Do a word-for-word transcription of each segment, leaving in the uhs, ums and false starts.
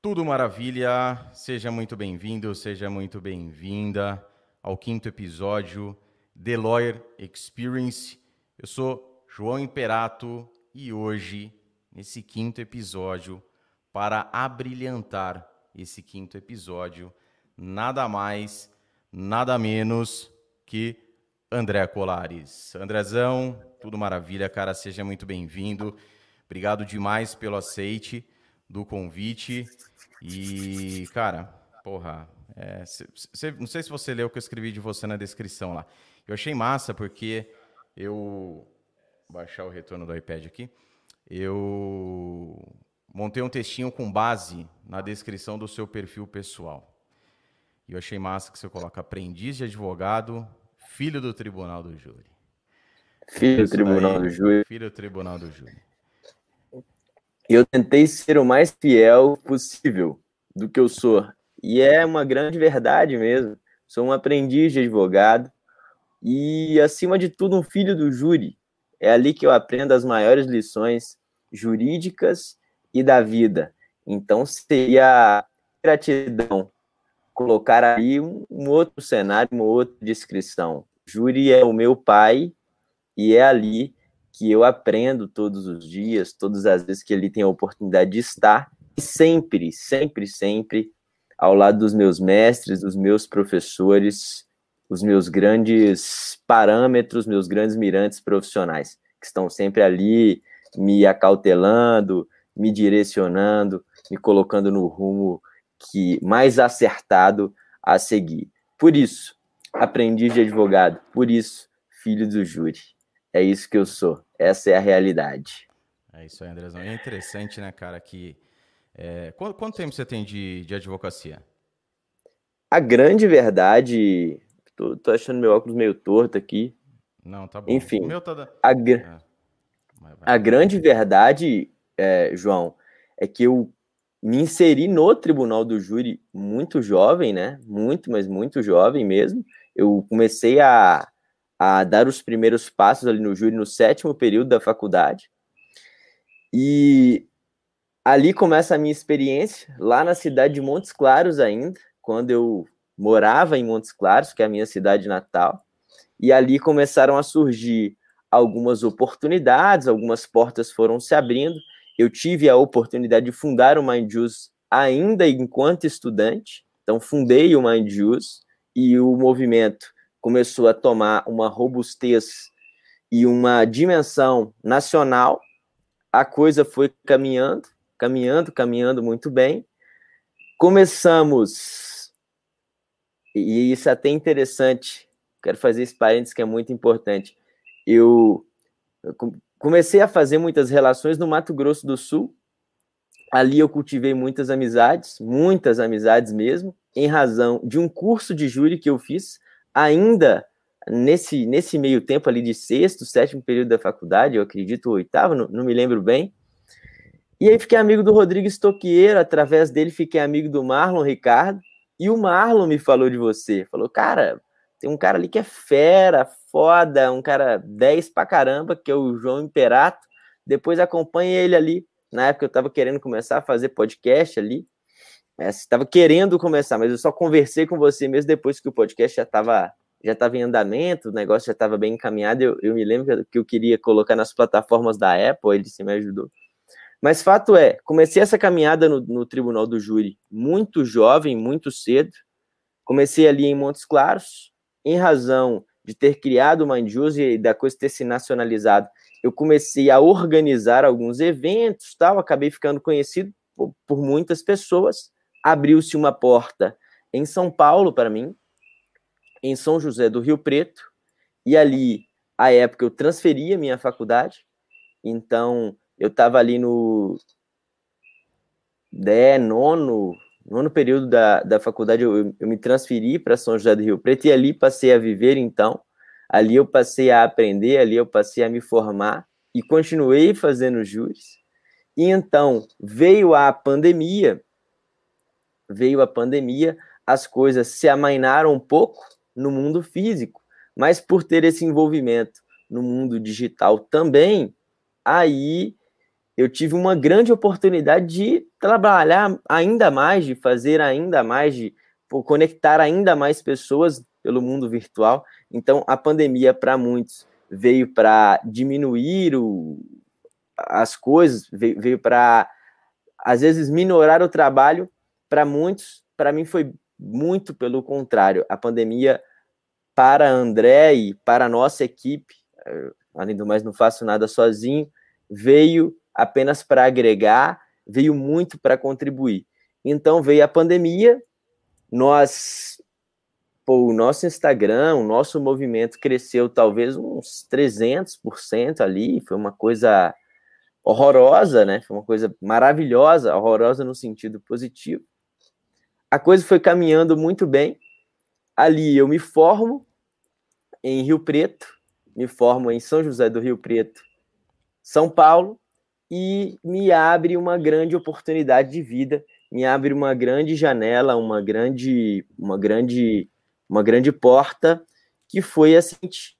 Tudo maravilha, seja muito bem-vindo, seja muito bem-vinda ao quinto episódio The Lawyer Experience. Eu sou João Imperato e hoje, nesse quinto episódio, para abrilhantar esse quinto episódio, nada mais, nada menos que André Colares. Andrezão, tudo maravilha, cara, seja muito bem-vindo. Obrigado demais pelo aceite do convite. E, cara, porra, é, cê, cê, não sei se você leu o que eu escrevi de você na descrição lá. Eu achei massa porque eu. Vou baixar o retorno do iPad aqui. Eu montei um textinho com base na descrição do seu perfil pessoal. E eu achei massa que você coloca aprendiz de advogado, filho do tribunal do júri. Então, Filho do isso Tribunal daí, do Júri. filho do tribunal do júri. Eu tentei ser o mais fiel possível do que eu sou. E é uma grande verdade mesmo. Sou um aprendiz de advogado e, acima de tudo, um filho do júri. É ali que eu aprendo as maiores lições jurídicas e da vida. Então, seria gratidão colocar aí um, um outro cenário, uma outra descrição. Júri é o meu pai e é ali que eu aprendo todos os dias, todas as vezes que ele tem a oportunidade de estar, e sempre, sempre, sempre ao lado dos meus mestres, dos meus professores, os meus grandes parâmetros, meus grandes mirantes profissionais, que estão sempre ali me acautelando, me direcionando, me colocando no rumo que mais acertado a seguir. Por isso, aprendiz de advogado, por isso, filho do júri. É isso que eu sou. Essa é a realidade. É isso aí, Andrezão. E é interessante, né, cara, que. É, quanto, quanto tempo você tem de, de advocacia? A grande verdade. Tô, tô achando meu óculos meio torto aqui. Não, tá bom. O Enfim, meu tá. Da... a, É, vai, vai. a grande verdade, é, João, é que eu me inseri no Tribunal do Júri muito jovem, né? Muito, mas muito jovem mesmo. Eu comecei a, a dar os primeiros passos ali no júri no sétimo período da faculdade. E ali começa a minha experiência, lá na cidade de Montes Claros ainda, quando eu morava em Montes Claros, que é a minha cidade natal, e ali começaram a surgir algumas oportunidades, algumas portas foram se abrindo. Eu tive a oportunidade de fundar o Mind Juice ainda enquanto estudante, então fundei o Mind Juice e o movimento começou a tomar uma robustez e uma dimensão nacional. A coisa foi caminhando, caminhando, caminhando muito bem. Começamos, e isso é até interessante, quero fazer esse parênteses que é muito importante. Eu, eu comecei a fazer muitas relações no Mato Grosso do Sul. Ali eu cultivei muitas amizades, muitas amizades mesmo, em razão de um curso de júri que eu fiz, ainda nesse, nesse meio tempo ali de sexto, sétimo período da faculdade, eu acredito, o oitavo, não, não me lembro bem. E aí fiquei amigo do Rodrigo Stoqueiro, através dele fiquei amigo do Marlon Ricardo, e o Marlon me falou de você, falou, cara, tem um cara ali que é fera, foda, um cara dez pra caramba, que é o João Imperato, depois acompanha ele ali, na época eu tava querendo começar a fazer podcast ali, estava querendo começar, mas eu só conversei com você mesmo depois que o podcast já estava já tava em andamento, o negócio já estava bem encaminhado, eu, eu me lembro que eu queria colocar nas plataformas da Apple, ele se me ajudou. Mas fato é, comecei essa caminhada no, no Tribunal do Júri muito jovem, muito cedo. Comecei ali em Montes Claros, em razão de ter criado o Mind Juice e da coisa ter se nacionalizado. Eu comecei a organizar alguns eventos, tal, acabei ficando conhecido por, por muitas pessoas. Abriu-se uma porta em São Paulo para mim, em São José do Rio Preto, e ali, à época, eu transferi a minha faculdade, então eu estava ali no é, nono, nono período da, da faculdade, eu, eu me transferi para São José do Rio Preto e ali passei a viver, então. Ali eu passei a aprender, ali eu passei a me formar e continuei fazendo júris. E então veio a pandemia, veio a pandemia, as coisas se amainaram um pouco no mundo físico, mas por ter esse envolvimento no mundo digital também, aí eu tive uma grande oportunidade de trabalhar ainda mais, de fazer ainda mais, de pô, conectar ainda mais pessoas pelo mundo virtual. Então, a pandemia, para muitos, veio para diminuir o, as coisas, veio, veio para, às vezes, minorar o trabalho. Para muitos, para mim, foi muito pelo contrário. A pandemia, para André e para a nossa equipe, além do mais, não faço nada sozinho, veio apenas para agregar, veio muito para contribuir. Então, veio a pandemia, nós, pô, o nosso Instagram, o nosso movimento cresceu talvez uns trezentos por cento ali, foi uma coisa horrorosa, né? Foi uma coisa maravilhosa, horrorosa no sentido positivo. A coisa foi caminhando muito bem. Ali eu me formo em Rio Preto, me formo em São José do Rio Preto, São Paulo, e me abre uma grande oportunidade de vida, me abre uma grande janela, uma grande, uma grande, uma grande porta, que foi assim,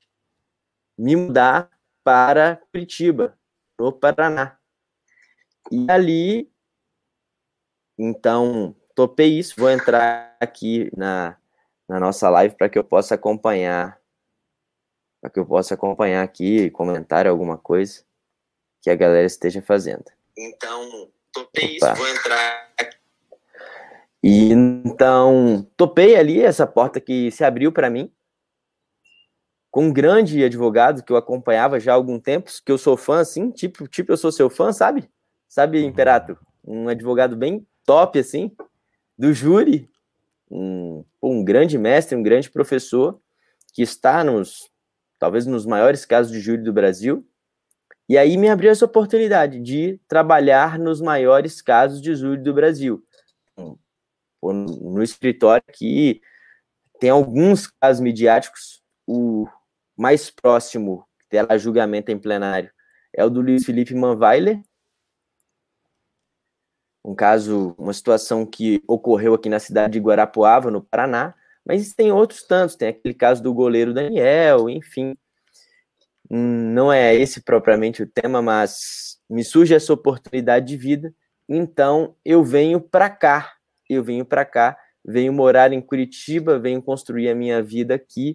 me mudar para Curitiba, no Paraná. E ali, então, topei isso, vou entrar aqui na, na nossa live para que eu possa acompanhar, para que eu possa acompanhar aqui, comentar alguma coisa que a galera esteja fazendo. Então, topei Opa. isso, vou entrar aqui. E então, topei ali essa porta que se abriu para mim, com um grande advogado que eu acompanhava já há algum tempo, que eu sou fã, assim, tipo, tipo eu sou seu fã, sabe? Sabe, Imperato? Um advogado bem top, assim, do júri, um, um grande mestre, um grande professor, que está nos, talvez nos maiores casos de júri do Brasil. E aí me abriu essa oportunidade de trabalhar nos maiores casos de júri do Brasil. No escritório que tem alguns casos midiáticos, o mais próximo que terá julgamento em plenário é o do Luiz Felipe Manweiler, um caso, uma situação que ocorreu aqui na cidade de Guarapuava, no Paraná, mas tem outros tantos, tem aquele caso do goleiro Daniel, enfim. Não é esse propriamente o tema, mas me surge essa oportunidade de vida, então eu venho para cá, eu venho para cá, venho morar em Curitiba, venho construir a minha vida aqui,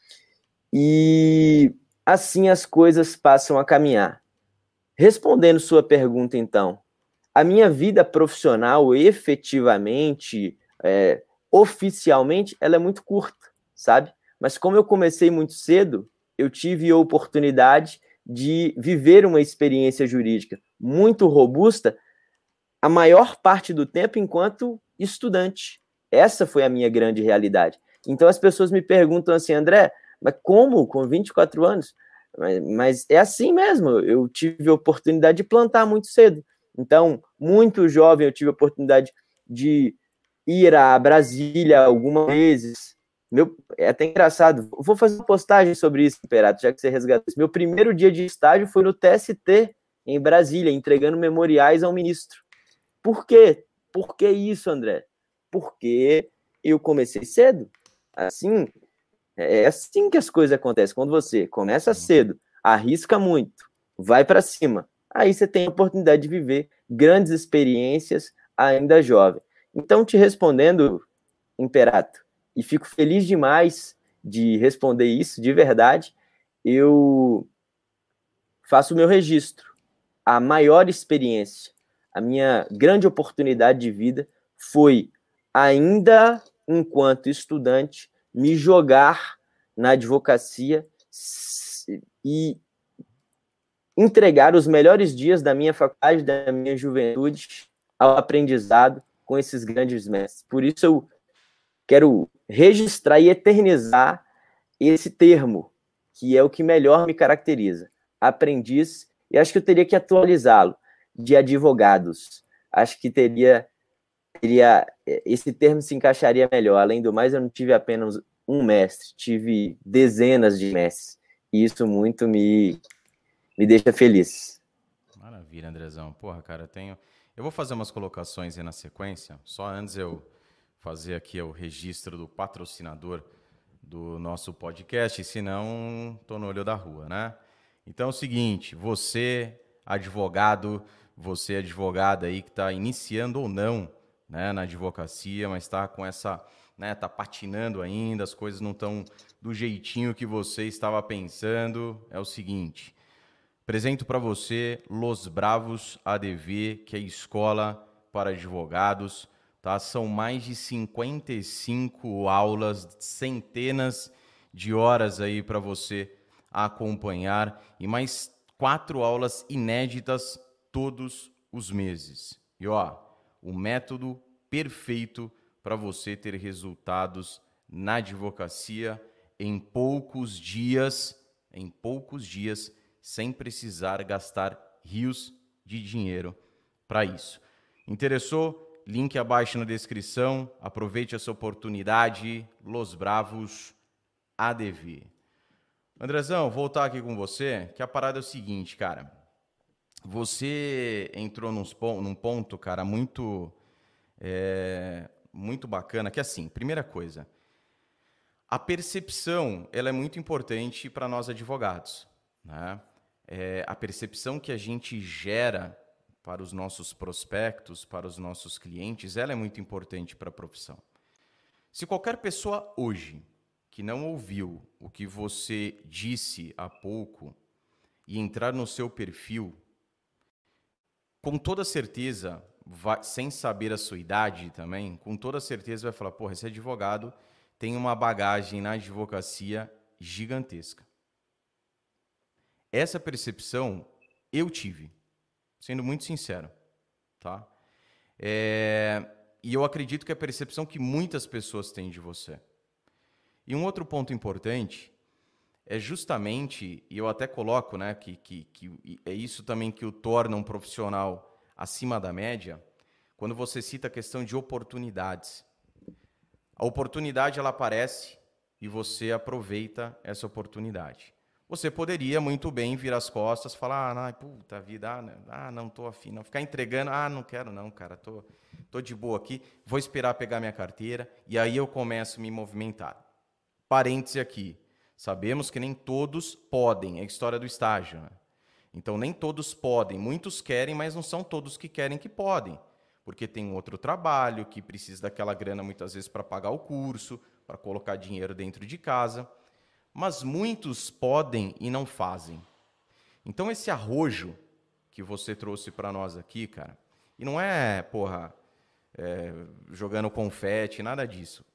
e assim as coisas passam a caminhar. Respondendo sua pergunta, então, a minha vida profissional, efetivamente, é, oficialmente, ela é muito curta, sabe? Mas como eu comecei muito cedo, eu tive a oportunidade de viver uma experiência jurídica muito robusta a maior parte do tempo enquanto estudante. Essa foi a minha grande realidade. Então as pessoas me perguntam assim, André, mas como com vinte e quatro anos? Mas, mas é assim mesmo, eu tive a oportunidade de plantar muito cedo. Então, muito jovem, eu tive a oportunidade de ir a Brasília algumas vezes. Meu, é até engraçado. Vou fazer uma postagem sobre isso, Imperato, já que você resgatou isso. Meu primeiro dia de estágio foi no T S T, em Brasília, entregando memoriais ao ministro. Por quê? Por que isso, André? Porque eu comecei cedo. Assim, é assim que as coisas acontecem. Quando você começa cedo, arrisca muito, vai para cima, aí você tem a oportunidade de viver grandes experiências ainda jovem. Então, te respondendo, Imperato, e fico feliz demais de responder isso, de verdade, eu faço o meu registro. A maior experiência, a minha grande oportunidade de vida foi, ainda enquanto estudante, me jogar na advocacia e entregar os melhores dias da minha faculdade, da minha juventude, ao aprendizado com esses grandes mestres. Por isso eu quero registrar e eternizar esse termo, que é o que melhor me caracteriza, aprendiz, e acho que eu teria que atualizá-lo, de advogados. Acho que teria, teria, esse termo se encaixaria melhor. Além do mais, eu não tive apenas um mestre, tive dezenas de mestres, e isso muito me, me deixa feliz. Maravilha, Andrezão. Porra, cara, eu tenho... Eu vou fazer umas colocações aí na sequência, só antes eu fazer aqui o registro do patrocinador do nosso podcast, senão tô no olho da rua, né? Então é o seguinte, você, advogado, você advogado aí que está iniciando ou não, né, na advocacia, mas está com essa, né, tá patinando ainda, as coisas não estão do jeitinho que você estava pensando, é o seguinte, apresento para você Los Bravos A D V, que é a escola para advogados, tá? São mais de cinquenta e cinco aulas, centenas de horas aí para você acompanhar e mais quatro aulas inéditas todos os meses. E ó, o método perfeito para você ter resultados na advocacia em poucos dias, em poucos dias, sem precisar gastar rios de dinheiro para isso. Interessou? Link abaixo na descrição. Aproveite essa oportunidade. Los Bravos A D V. Andrezão, voltar aqui com você, que a parada é o seguinte, cara. Você entrou num, num ponto, cara, muito, é, muito bacana, que assim, primeira coisa, a percepção, ela é muito importante para nós advogados, né? É, a percepção que a gente gera para os nossos prospectos, para os nossos clientes, ela é muito importante para a profissão. Se qualquer pessoa hoje que não ouviu o que você disse há pouco e entrar no seu perfil, com toda certeza, vai, sem saber a sua idade também, com toda certeza vai falar, porra, esse advogado tem uma bagagem na advocacia gigantesca. Essa percepção eu tive, sendo muito sincero, tá? É, e eu acredito que é a percepção que muitas pessoas têm de você. E um outro ponto importante é justamente, e eu até coloco, né, que, que, que é isso também que o torna um profissional acima da média, quando você cita a questão de oportunidades. A oportunidade, ela aparece e você aproveita essa oportunidade. Você poderia muito bem virar as costas e falar, ah, puta vida, ah, não, ah, não tô afim, não. Ficar entregando, ah, não quero não, cara, tô, tô de boa aqui, vou esperar pegar minha carteira e aí eu começo a me movimentar. Parêntese aqui, sabemos que nem todos podem, é a história do estágio, né? Então, nem todos podem, muitos querem, mas não são todos que querem que podem, porque tem um outro trabalho, que precisa daquela grana muitas vezes para pagar o curso, para colocar dinheiro dentro de casa, mas muitos podem e não fazem. Então, esse arrojo que você trouxe para nós aqui, cara, e não é, porra, é, jogando confete, nada disso,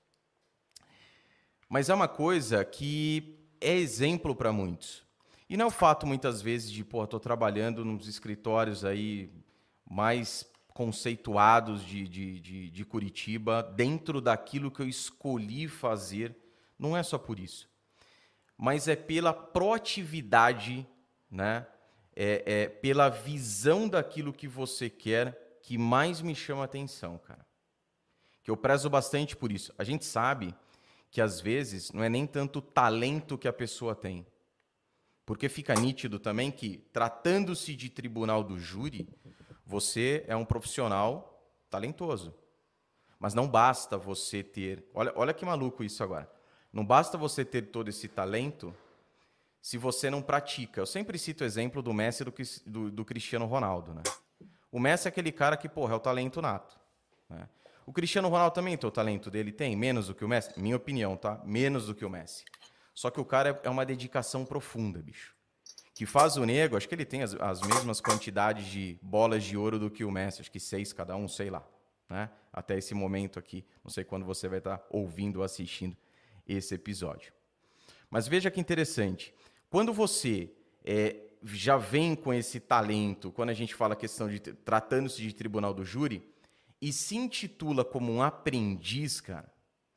mas é uma coisa que é exemplo para muitos. E não é o fato, muitas vezes, de, pô, estou trabalhando nos escritórios aí mais conceituados de, de, de, de Curitiba, dentro daquilo que eu escolhi fazer. Não é só por isso. Mas é pela proatividade, né? É, é pela visão daquilo que você quer que mais me chama a atenção, cara. Que eu prezo bastante por isso. A gente sabe que às vezes não é nem tanto o talento que a pessoa tem. Porque fica nítido também que, tratando-se de tribunal do júri, você é um profissional talentoso. Mas não basta você ter... Olha, olha que maluco isso agora. Não basta você ter todo esse talento se você não pratica. Eu sempre cito o exemplo do Messi e do, do, do Cristiano Ronaldo, né? O Messi é aquele cara que, porra, é o talento nato, né? O Cristiano Ronaldo também tem o talento dele, tem menos do que o Messi, minha opinião, tá? Menos do que o Messi. Só que o cara é uma dedicação profunda, bicho. Que faz o nego, acho que ele tem as, as mesmas quantidades de bolas de ouro do que o Messi, acho que seis cada um, sei lá, né? Até esse momento aqui, não sei quando você vai estar ouvindo ou assistindo esse episódio. Mas veja que interessante, quando você é, já vem com esse talento, quando a gente fala a questão de tratando-se de tribunal do júri, e se intitula como um aprendiz, cara,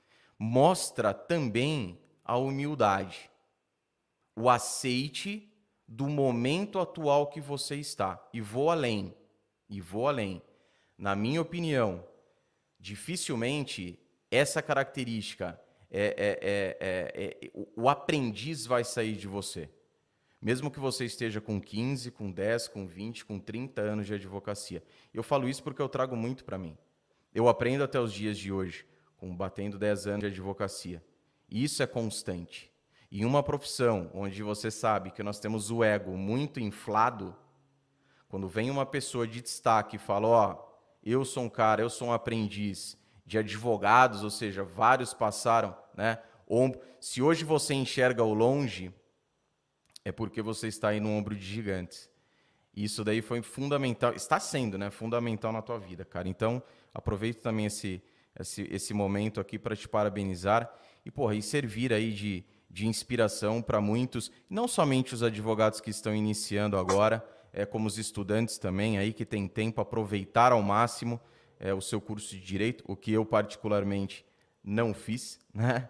mostra também a humildade, o aceite do momento atual que você está. E vou além, e vou além. Na minha opinião, dificilmente essa característica, é, é, é, é, é, o aprendiz vai sair de você. Mesmo que você esteja com quinze, com dez, com vinte, com trinta anos de advocacia. Eu falo isso porque eu trago muito para mim. Eu aprendo até os dias de hoje, com batendo dez anos de advocacia. Isso é constante. Em uma profissão onde você sabe que nós temos o ego muito inflado, Quando vem uma pessoa de destaque e fala, ó, eu sou um cara, eu sou um aprendiz de advogados, ou seja, vários passaram, né? Se hoje você enxerga ao longe, é porque você está aí no ombro de gigantes. Isso daí foi fundamental, está sendo, né, fundamental na tua vida, cara. Então, aproveito também esse, esse, esse momento aqui para te parabenizar e, porra, e servir aí de, de inspiração para muitos, não somente os advogados que estão iniciando agora, é, como os estudantes também aí que têm tempo, aproveitar ao máximo é, o seu curso de Direito, o que eu particularmente não fiz, né?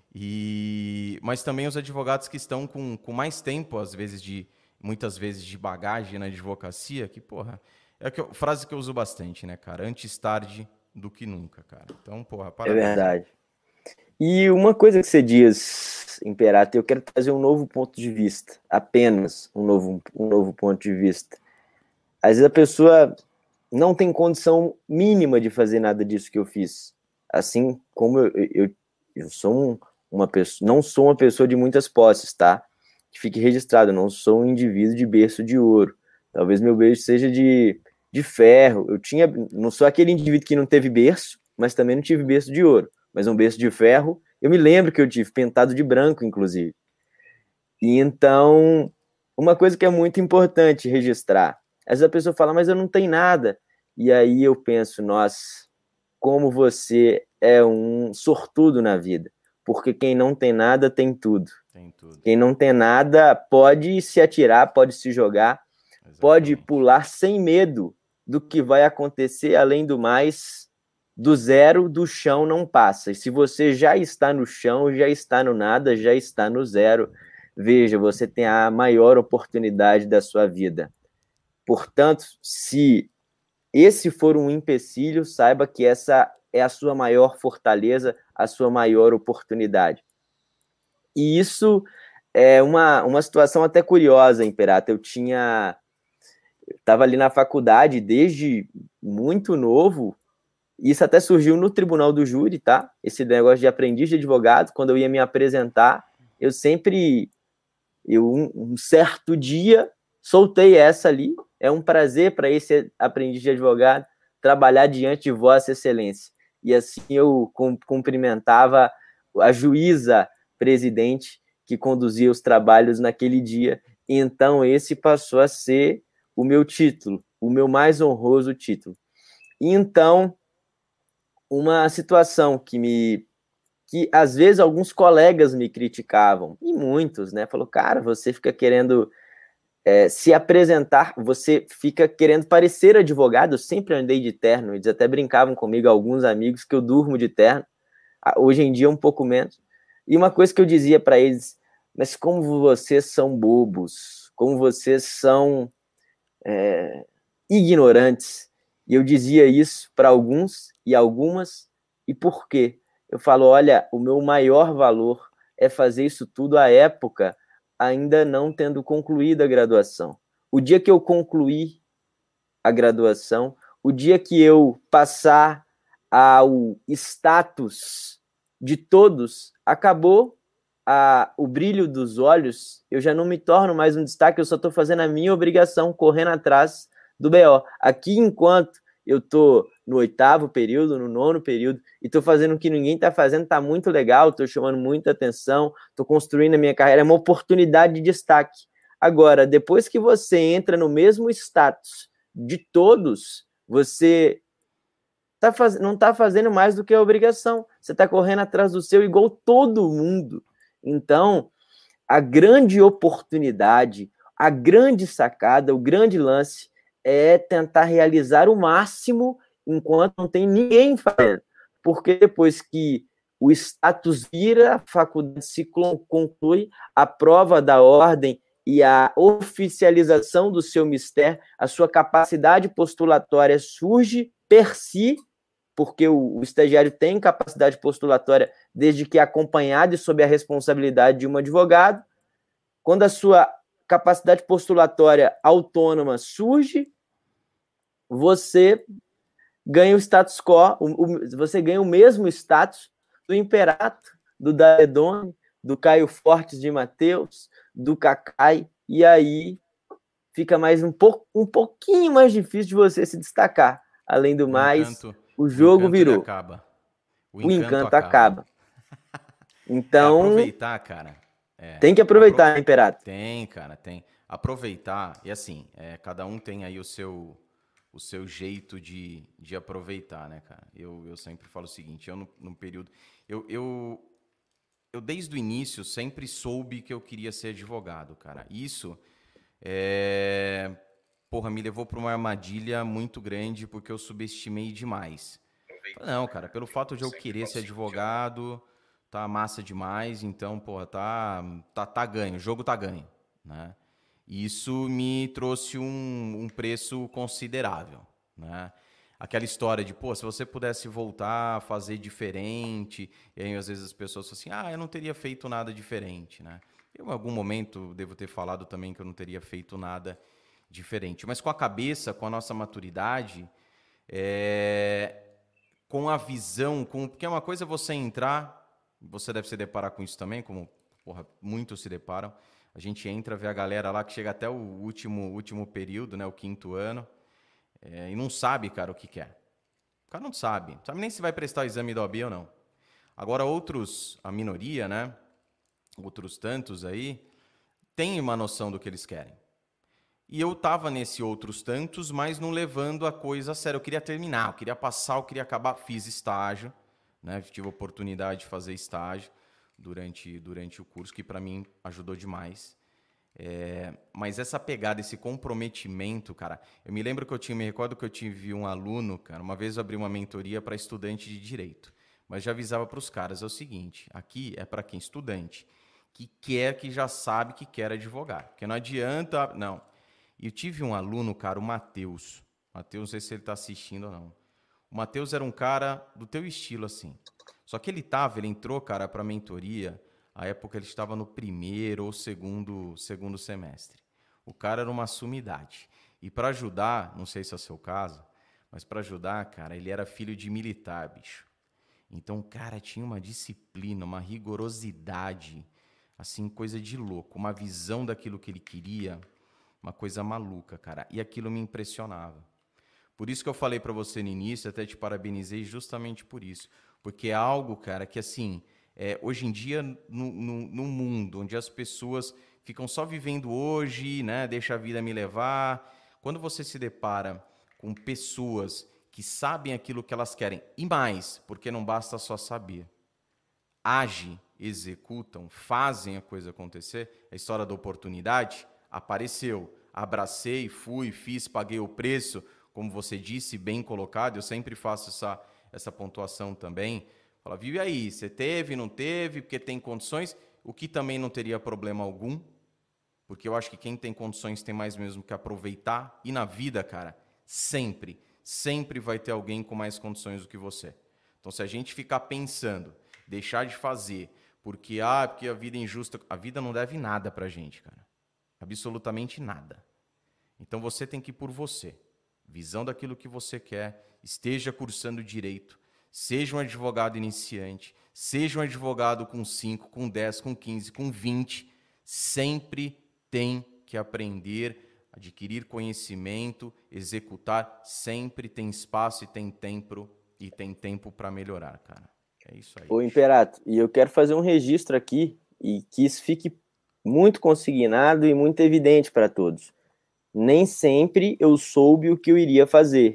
E, mas também os advogados que estão com, com mais tempo, às vezes, de muitas vezes de bagagem na advocacia, que, porra, é a que eu, frase que eu uso bastante, né, cara? Antes tarde do que nunca, cara. Então, porra, parabéns. É verdade. E uma coisa que você diz, Imperato, eu quero trazer um novo ponto de vista, apenas um novo, um novo ponto de vista. Às vezes a pessoa não tem condição mínima de fazer nada disso que eu fiz. Assim como eu, eu, eu sou um, uma pessoa, não sou uma pessoa de muitas posses, tá? Que fique registrado, eu não sou um indivíduo de berço de ouro. Talvez meu berço seja de, de ferro. Eu tinha, não sou aquele indivíduo que não teve berço, mas também não tive berço de ouro. Mas um berço de ferro, eu me lembro que eu tive, pintado de branco, inclusive. E então, uma coisa que é muito importante registrar. Às vezes a pessoa fala, mas eu não tenho nada. E aí eu penso, nossa, como você é um sortudo na vida. Porque quem não tem nada tem tudo. Tem tudo. Quem não tem nada pode se atirar, pode se jogar, exatamente, pode pular sem medo do que vai acontecer. Além do mais, do zero, do chão não passa. E se você já está no chão, já está no nada, já está no zero, veja, você tem a maior oportunidade da sua vida. Portanto, se esse for um empecilho, saiba que essa é a sua maior fortaleza, a sua maior oportunidade. E isso é uma, uma situação até curiosa, Imperato. Eu tinha... estava ali na faculdade desde muito novo, e isso até surgiu no tribunal do júri, tá? Esse negócio de aprendiz de advogado, quando eu ia me apresentar, eu sempre... Eu, um, um certo dia, soltei essa ali. É um prazer para esse aprendiz de advogado trabalhar diante de Vossa Excelência. E assim eu cumprimentava a juíza presidente que conduzia os trabalhos naquele dia. E então esse passou a ser o meu título, o meu mais honroso título. E então, uma situação que me... que às vezes alguns colegas me criticavam, e muitos, né? Falou, cara, você fica querendo é, se apresentar, você fica querendo parecer advogado. Eu sempre andei de terno, eles até brincavam comigo, alguns amigos, que eu durmo de terno, hoje em dia um pouco menos. E uma coisa que eu dizia para eles, mas como vocês são bobos, como vocês são é, ignorantes. E eu dizia isso para alguns e algumas, e por quê? Eu falo, olha, o meu maior valor é fazer isso tudo à época, ainda não tendo concluído a graduação. O dia que eu concluir a graduação, o dia que eu passar ao status de todos, acabou a, o brilho dos olhos, eu já não me torno mais um destaque, eu só estou fazendo a minha obrigação, correndo atrás do B O. Aqui, enquanto eu estou no oitavo período, no nono período, e estou fazendo o que ninguém está fazendo, está muito legal, estou chamando muita atenção, estou construindo a minha carreira, é uma oportunidade de destaque. Agora, depois que você entra no mesmo status de todos, você tá faz... não está fazendo mais do que a obrigação, você está correndo atrás do seu igual todo mundo. Então, a grande oportunidade, a grande sacada, o grande lance é tentar realizar o máximo enquanto não tem ninguém fazendo. Porque depois que o status vira, a faculdade se conclui, a prova da ordem e a oficialização do seu mistério, a sua capacidade postulatória surge per si, porque o, o estagiário tem capacidade postulatória desde que acompanhado e sob a responsabilidade de um advogado. Quando a sua capacidade postulatória autônoma surge, você ganha o status quo, o, o, você ganha o mesmo status do Imperato, do Daledoni, do Caio Fortes de Mateus, do Cacai, e aí fica mais um, pouco, um pouquinho mais difícil de você se destacar. Além do O mais, encanto, o o jogo encanto ele virou. acaba. O O encanto encanto acaba. acaba. É, Então, aproveitar, cara. É, tem que aproveitar, apro- né, Imperato? Tem, cara, tem. Aproveitar, e assim, é, cada um tem aí o seu, o seu jeito de, de aproveitar, né, cara? Eu, eu sempre falo o seguinte, eu no, no período... Eu, eu, eu, desde o início, sempre soube que eu queria ser advogado, cara. Isso, é, porra, me levou para uma armadilha muito grande porque eu subestimei demais. Falei, não, cara, pelo fato de eu querer ser advogado, tá massa demais, então, porra, tá, tá, tá ganho, o jogo tá ganho, né? E isso me trouxe um, um preço considerável, né? Aquela história de, pô, se você pudesse voltar a fazer diferente, e aí às vezes as pessoas falam assim, ah, eu não teria feito nada diferente, né? Eu, em algum momento, devo ter falado também que eu não teria feito nada diferente. Mas com a cabeça, com a nossa maturidade, é, com a visão, com, porque uma coisa é você entrar, você deve se deparar com isso também, como porra, muitos se deparam. A gente entra, vê a galera lá que chega até o último, último período, né, o quinto ano, é, e não sabe, cara, o que quer. O cara não sabe, não sabe nem se vai prestar o exame da O A B ou não. Agora, outros, a minoria, né, outros tantos aí, têm uma noção do que eles querem. E eu tava nesse outros tantos, mas não levando a coisa a sério. Eu queria terminar, eu queria passar, eu queria acabar. Fiz estágio, né? Tive a oportunidade de fazer estágio durante, durante o curso, que para mim ajudou demais. É, mas essa pegada, esse comprometimento, cara... Eu me lembro que eu tinha, me recordo que eu tive um aluno, cara, uma vez eu abri uma mentoria para estudante de direito. Mas já avisava para os caras, é o seguinte, aqui é para quem? Estudante, que quer, que já sabe que quer advogar. Porque não adianta... Não. E eu tive um aluno, cara, o Matheus. Matheus, não sei se ele está assistindo ou não. O Matheus era um cara do teu estilo, assim. Só que ele tava, ele entrou, cara, para a mentoria, a época ele estava no primeiro ou segundo, segundo semestre. O cara era uma sumidade. E para ajudar, não sei se é o seu caso, mas para ajudar, cara, ele era filho de militar, bicho. Então o cara tinha uma disciplina, uma rigorosidade, assim, coisa de louco, uma visão daquilo que ele queria... Uma coisa maluca, cara. E aquilo me impressionava. Por isso que eu falei para você no início, até te parabenizei justamente por isso. Porque é algo, cara, que assim, é, hoje em dia, no, no, no mundo, onde as pessoas ficam só vivendo hoje, né? Deixa a vida me levar. Quando você se depara com pessoas que sabem aquilo que elas querem, e mais, porque não basta só saber. Agem, executam, fazem a coisa acontecer, a história da oportunidade... Apareceu, abracei, fui, fiz, paguei o preço, como você disse, bem colocado, eu sempre faço essa, essa pontuação também. Fala, viu, e aí, você teve, não teve, porque tem condições, o que também não teria problema algum, porque eu acho que quem tem condições tem mais mesmo que aproveitar, e na vida, cara, sempre, sempre vai ter alguém com mais condições do que você. Então, se a gente ficar pensando, deixar de fazer, porque, ah, porque a vida é injusta, a vida não deve nada pra gente, cara. Absolutamente nada. Então você tem que ir por você. Visão daquilo que você quer, esteja cursando direito, seja um advogado iniciante, seja um advogado com cinco, com dez, com quinze, com vinte, sempre tem que aprender, adquirir conhecimento, executar, sempre tem espaço e tem tempo e tem tempo para melhorar, cara. É isso aí. Ô, Imperato, e eu quero fazer um registro aqui e que isso fique muito consignado e muito evidente para todos. Nem sempre eu soube o que eu iria fazer.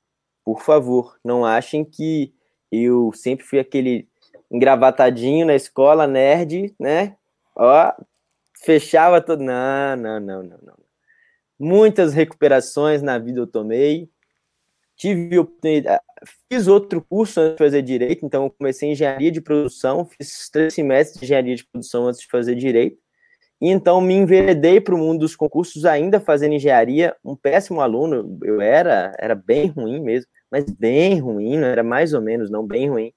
Por favor, não achem que eu sempre fui aquele engravatadinho na escola, nerd, né? Ó, fechava tudo. Não, não, não, não, não. Muitas recuperações na vida eu tomei. Tive oportunidade, fiz outro curso antes de fazer direito, então eu comecei em engenharia de produção, fiz três semestres de engenharia de produção antes de fazer direito. E então me enveredei para o mundo dos concursos ainda fazendo engenharia, um péssimo aluno, eu era, era bem ruim mesmo, mas bem ruim, não era mais ou menos, não, bem ruim.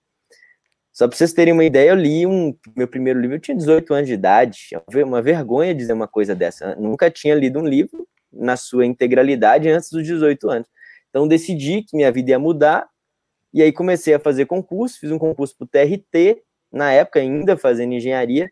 Só para vocês terem uma ideia, eu li um, meu primeiro livro, eu tinha dezoito anos de idade, uma vergonha dizer uma coisa dessa, eu nunca tinha lido um livro na sua integralidade antes dos dezoito anos. Então decidi que minha vida ia mudar, e aí comecei a fazer concurso, fiz um concurso para o T R T, na época ainda fazendo engenharia,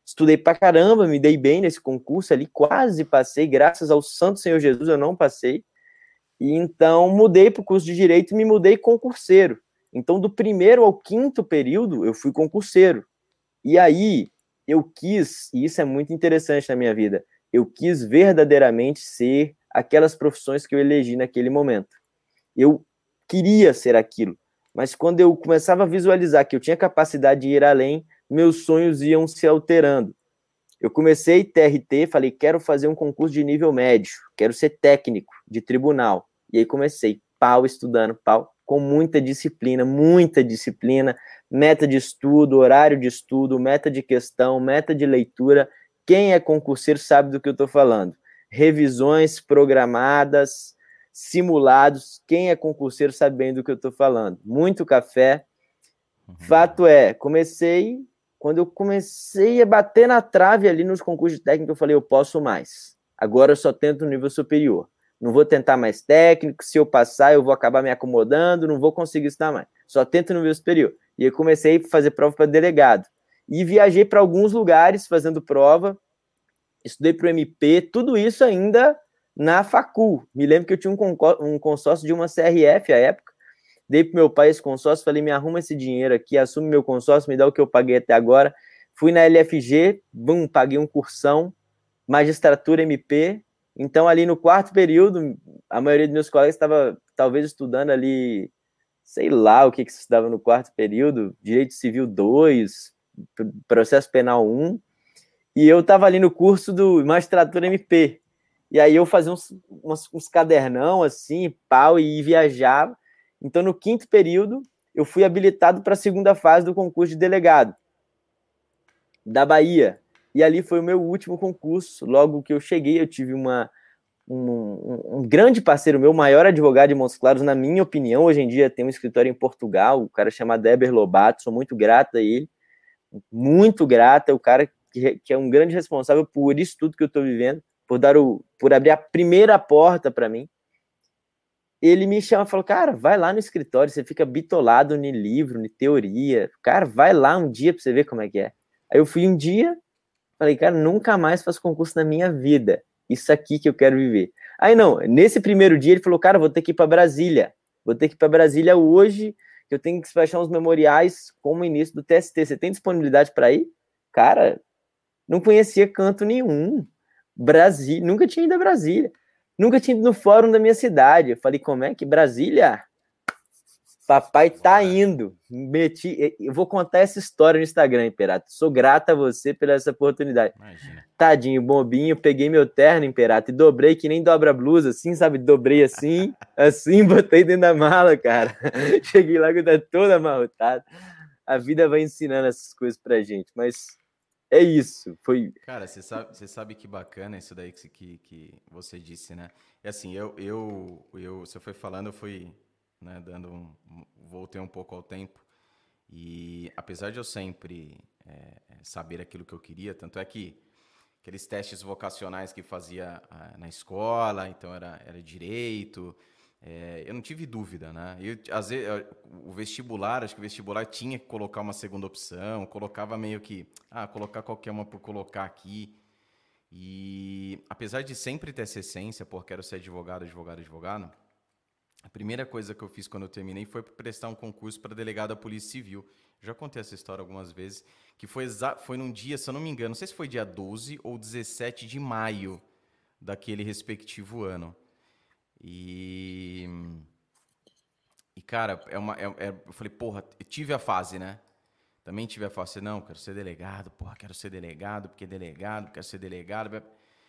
estudei pra caramba, me dei bem nesse concurso ali, quase passei, graças ao Santo Senhor Jesus eu não passei. E então mudei para o curso de Direito e me mudei concurseiro. Então, do primeiro ao quinto período, eu fui concurseiro. E aí, eu quis, e isso é muito interessante na minha vida, eu quis verdadeiramente ser aquelas profissões que eu elegi naquele momento. Eu queria ser aquilo, mas quando eu começava a visualizar que eu tinha capacidade de ir além, meus sonhos iam se alterando. Eu comecei T R T, falei, quero fazer um concurso de nível médio, quero ser técnico de tribunal. E aí comecei, pau, estudando, pau, com muita disciplina, muita disciplina, meta de estudo, horário de estudo, meta de questão, meta de leitura. Quem é concurseiro sabe do que eu estou falando. Revisões programadas, simulados. Quem é concurseiro sabe bem do que eu estou falando. Muito café. Uhum. Fato é, comecei... Quando eu comecei a bater na trave ali nos concursos de técnico, eu falei, eu posso mais. Agora eu só tento no nível superior. Não vou tentar mais técnico, se eu passar eu vou acabar me acomodando, não vou conseguir estudar mais. Só tento no nível superior. E aí comecei a fazer prova para delegado. E viajei para alguns lugares fazendo prova, estudei para o M P, tudo isso ainda na facul. Me lembro que eu tinha um consórcio de uma C R F à época, dei pro meu pai esse consórcio, falei, me arruma esse dinheiro aqui, assume meu consórcio, me dá o que eu paguei até agora. Fui na L F G, bum, paguei um cursão, magistratura M P. Então, ali no quarto período, a maioria dos meus colegas estava talvez estudando ali, sei lá o que, que se estudava no quarto período, Direito Civil dois, Processo Penal um, e eu estava ali no curso do magistratura M P. E aí eu fazia uns, uns, uns cadernão assim, pau, e viajava. Então, no quinto período, eu fui habilitado para a segunda fase do concurso de delegado da Bahia. E ali foi o meu último concurso. Logo que eu cheguei, eu tive uma, um, um grande parceiro meu, maior advogado de Montes Claros, na minha opinião. Hoje em dia tem um escritório em Portugal, o cara chama Eber Lobato, sou muito grata a ele. Muito grata, é o cara que, que é um grande responsável por isso tudo que eu estou vivendo, por, dar o, por abrir a primeira porta para mim. Ele me chama e falou, cara, vai lá no escritório, você fica bitolado no livro, na teoria. Cara, vai lá um dia pra você ver como é que é. Aí eu fui um dia, falei, cara, nunca mais faço concurso na minha vida. Isso aqui que eu quero viver. Aí não, nesse primeiro dia ele falou, cara, vou ter que ir pra Brasília. Vou ter que ir pra Brasília hoje, que eu tenho que despachar uns memoriais com o início do T S T. Você tem disponibilidade para ir? Cara, não conhecia canto nenhum. Brasília, nunca tinha ido a Brasília. Nunca tinha ido no fórum da minha cidade. Eu falei, como é que Brasília? Papai tá indo. Meti... Eu vou contar essa história no Instagram, Imperato. Sou grata a você pela essa oportunidade. Imagina. Tadinho, bobinho, peguei meu terno, Imperato, e dobrei que nem dobra blusa, assim, sabe? Dobrei assim, assim, botei dentro da mala, cara. Cheguei lá com tá toda amarrotada. A vida vai ensinando essas coisas pra gente, mas... É isso, foi... Cara, você sabe, você sabe que bacana isso daí que, que, que você disse, né? É assim, eu, eu, eu, você foi falando, eu fui, né, dando um... Voltei um pouco ao tempo. E apesar de eu sempre é, saber aquilo que eu queria, tanto é que aqueles testes vocacionais que fazia a, na escola, então era, era direito... É, eu não tive dúvida, né? Eu, às vezes, o vestibular, acho que o vestibular tinha que colocar uma segunda opção, colocava meio que, ah, colocar qualquer uma por colocar aqui. E apesar de sempre ter essa essência, pô, quero ser advogado, advogado, advogado, a primeira coisa que eu fiz quando eu terminei foi prestar um concurso para delegado da Polícia Civil. Já contei essa história algumas vezes, que foi, exa- foi num dia, se eu não me engano, não sei se foi dia doze ou dezessete de maio daquele respectivo ano. E, e cara, é uma, é, é, eu falei, porra, eu tive a fase, né? Também tive a fase, não, quero ser delegado, porra, quero ser delegado, porque delegado, quero ser delegado.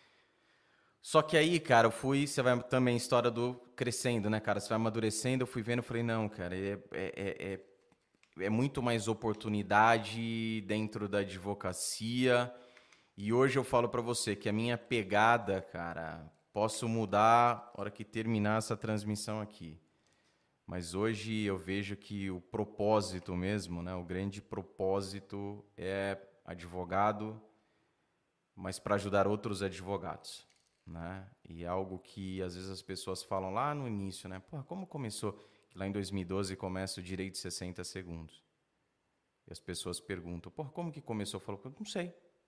Só que aí, cara, eu fui, você vai também, história do crescendo, né, cara? Você vai amadurecendo, eu fui vendo, eu falei, não, cara, é, é, é, é, é muito mais oportunidade dentro da advocacia. E hoje eu falo pra você que a minha pegada, cara... Posso mudar na hora que terminar essa transmissão aqui. Mas hoje eu vejo que o propósito mesmo, né, o grande propósito é advogado, mas para ajudar outros advogados. Né? E é algo que às vezes as pessoas falam lá no início, né? Porra, como começou? Que lá em dois mil e doze começa o direito de sessenta segundos. E as pessoas perguntam, porra, como que começou? Eu falo, não sei.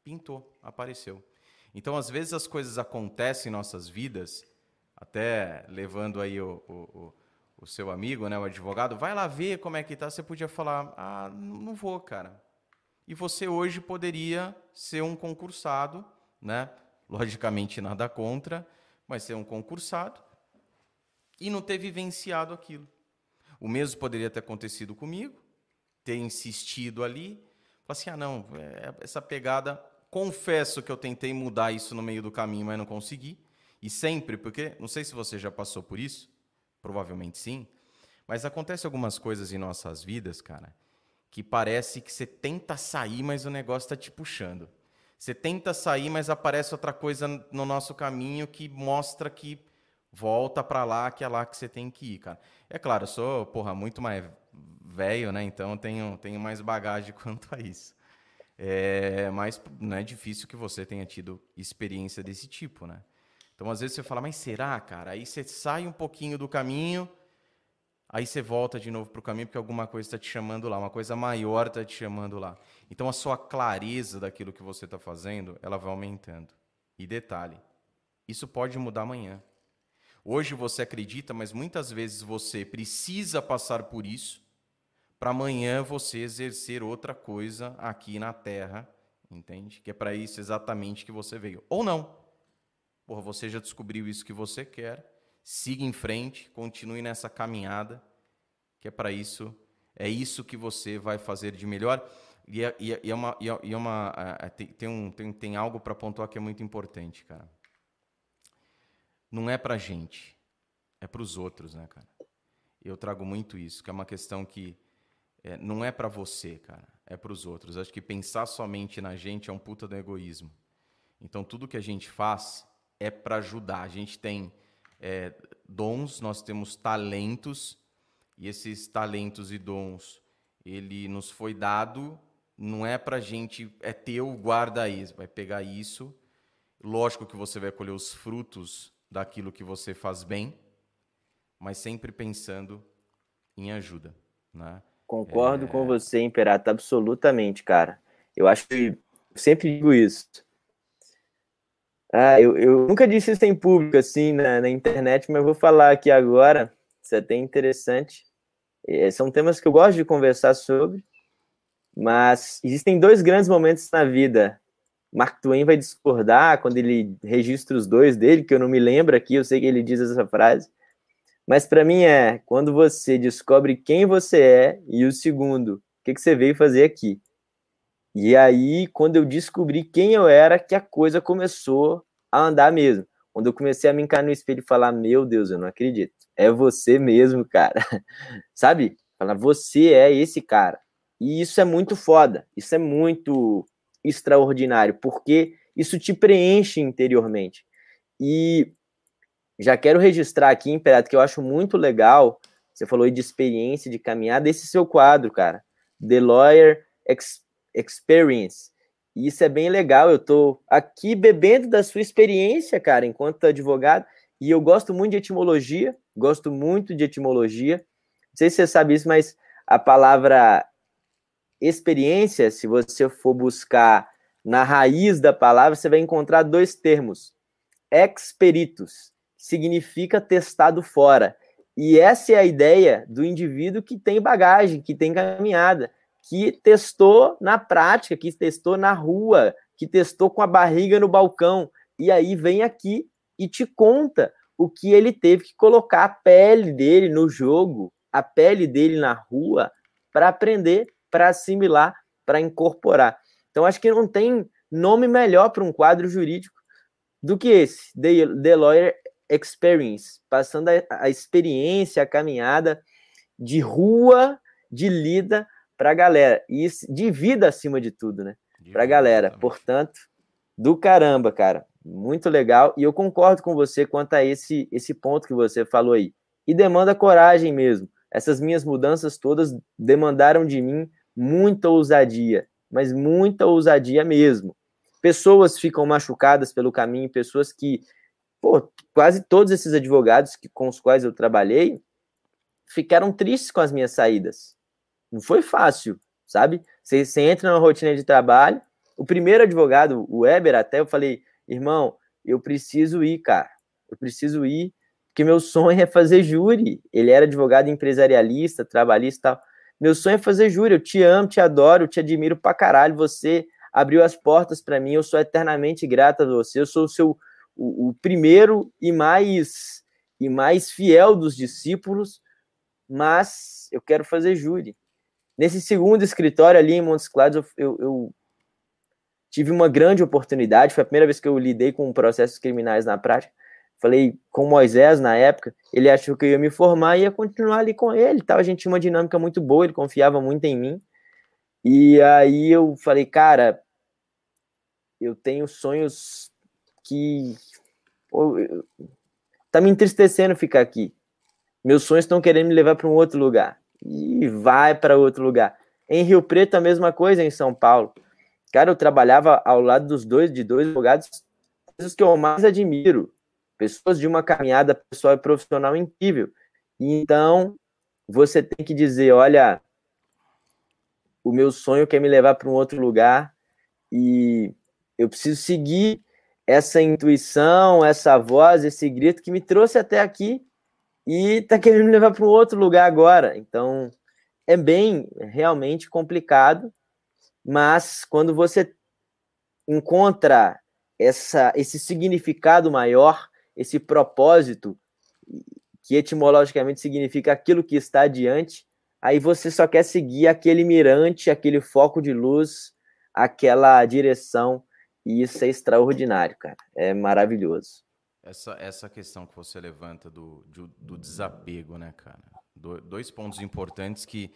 pintou, apareceu. Então, às vezes, as coisas acontecem em nossas vidas, até levando aí o, o, o, o seu amigo, né, o advogado, vai lá ver como é que tá. Você podia falar, ah, não vou, cara. E você hoje poderia ser um concursado, né? Logicamente, nada contra, mas ser um concursado e não ter vivenciado aquilo. O mesmo poderia ter acontecido comigo, ter insistido ali, falar assim, ah, não, essa pegada, confesso que eu tentei mudar isso no meio do caminho, mas não consegui. E sempre, porque, não sei se você já passou por isso, provavelmente sim, mas acontece algumas coisas em nossas vidas, cara, que parece que você tenta sair, mas o negócio está te puxando. Você tenta sair, mas aparece outra coisa no nosso caminho que mostra que volta para lá, que é lá que você tem que ir, cara. É claro, eu sou, porra, muito mais velho, né? Então eu tenho, tenho mais bagagem quanto a isso. É, mas não é difícil que você tenha tido experiência desse tipo, né? Então, às vezes você fala, mas será, cara? Aí você sai um pouquinho do caminho, aí você volta de novo para o caminho porque alguma coisa está te chamando lá, uma coisa maior está te chamando lá. Então, a sua clareza daquilo que você está fazendo, ela vai aumentando. E detalhe, isso pode mudar amanhã. Hoje você acredita, mas muitas vezes você precisa passar por isso para amanhã você exercer outra coisa aqui na Terra, entende? Que é para isso exatamente que você veio. Ou não. Porra, você já descobriu isso que você quer, siga em frente, continue nessa caminhada, que é para isso, é isso que você vai fazer de melhor. E é, e é, e é uma, e é uma é, tem, tem, um, tem, tem algo para pontuar que é muito importante, cara. Não é pra gente, é pros outros, né, cara? Eu trago muito isso, que é uma questão que é, não é pra você, cara, é pros outros. Acho que pensar somente na gente é um puta do egoísmo. Então, tudo que a gente faz é para ajudar. A gente tem é, dons, nós temos talentos, e esses talentos e dons, ele nos foi dado, não é para a gente, é teu, guarda aí, vai pegar isso. Lógico que você vai colher os frutos daquilo que você faz bem, mas sempre pensando em ajuda, né? Concordo É... com você, Imperato, absolutamente, cara. Eu acho que eu sempre digo isso. Ah, eu, eu nunca disse isso em público, assim, na, na internet, mas eu vou falar aqui agora. Isso é até interessante. É, são temas que eu gosto de conversar sobre, mas existem dois grandes momentos na vida. Mark Twain vai discordar quando ele registra os dois dele, que eu não me lembro aqui, eu sei que ele diz essa frase. Mas para mim é quando você descobre quem você é e o segundo, o que, que você veio fazer aqui. E aí, quando eu descobri quem eu era, que a coisa começou a andar mesmo. Quando eu comecei a me encarar no espelho e falar, meu Deus, eu não acredito. É você mesmo, cara. Sabe? Falar, você é esse cara. E isso é muito foda. Isso é muito extraordinário, porque isso te preenche interiormente. E já quero registrar aqui, Imperato, que eu acho muito legal, você falou aí de experiência, de caminhada, esse seu quadro, cara. The Lawyer Experience. Experience. E isso é bem legal. Eu tô aqui bebendo da sua experiência, cara, enquanto advogado. E eu gosto muito de etimologia. Gosto muito de etimologia. Não sei se você sabe isso, mas a palavra experiência, se você for buscar na raiz da palavra, você vai encontrar dois termos. Experitus, que significa testado fora. E essa é a ideia do indivíduo que tem bagagem, que tem caminhada, que testou na prática, que testou na rua, que testou com a barriga no balcão, e aí vem aqui e te conta o que ele teve que colocar a pele dele no jogo, a pele dele na rua, para aprender, para assimilar, para incorporar. Então, acho que não tem nome melhor para um quadro jurídico do que esse, The, The Lawyer Experience, passando a, a experiência, a caminhada de rua, de lida, para a galera, e isso, de vida acima de tudo, né? Para a galera, exatamente. Portanto, do caramba, cara, muito legal, e eu concordo com você quanto a esse, esse ponto que você falou aí, e demanda coragem mesmo, essas minhas mudanças todas demandaram de mim muita ousadia, mas muita ousadia mesmo. Pessoas ficam machucadas pelo caminho, pessoas que, pô, quase todos esses advogados que, com os quais eu trabalhei, ficaram tristes com as minhas saídas. Não foi fácil, sabe? Você, você entra na rotina de trabalho O primeiro advogado, o Weber, até eu falei, irmão, eu preciso ir, cara. Eu preciso ir, porque meu sonho é fazer júri. Ele era advogado empresarialista, trabalhista e tal. Meu sonho é fazer júri. Eu te amo, te adoro, te admiro pra caralho. Você abriu as portas para mim. Eu sou eternamente grato a você. Eu sou o seu o, o primeiro e mais e mais fiel dos discípulos, mas eu quero fazer júri. Nesse segundo escritório ali em Montes Claros, eu, eu, eu tive uma grande oportunidade. Foi a primeira vez que eu lidei com processos criminais na prática. Falei com o Moisés na época, ele achou que eu ia me formar e ia continuar ali com ele, tal. A gente tinha uma dinâmica muito boa, ele confiava muito em mim. E aí eu falei, cara, eu tenho sonhos que pô, eu, tá me entristecendo ficar aqui. Meus sonhos estão querendo me levar para um outro lugar. E vai para outro lugar. Em Rio Preto, a mesma coisa, em São Paulo. Cara, eu trabalhava ao lado dos dois, de dois advogados, os que eu mais admiro. Pessoas de uma caminhada pessoal e profissional incrível. E então, você tem que dizer, olha, o meu sonho quer me levar para um outro lugar e eu preciso seguir essa intuição, essa voz, esse grito que me trouxe até aqui e está querendo me levar para um outro lugar agora. Então, é bem, realmente complicado, mas quando você encontra essa, esse significado maior, esse propósito, que etimologicamente significa aquilo que está adiante, aí você só quer seguir aquele mirante, aquele foco de luz, aquela direção, e isso é extraordinário, cara. É maravilhoso. Essa, essa questão que você levanta do, do, do desapego, né, cara? Do, dois pontos importantes que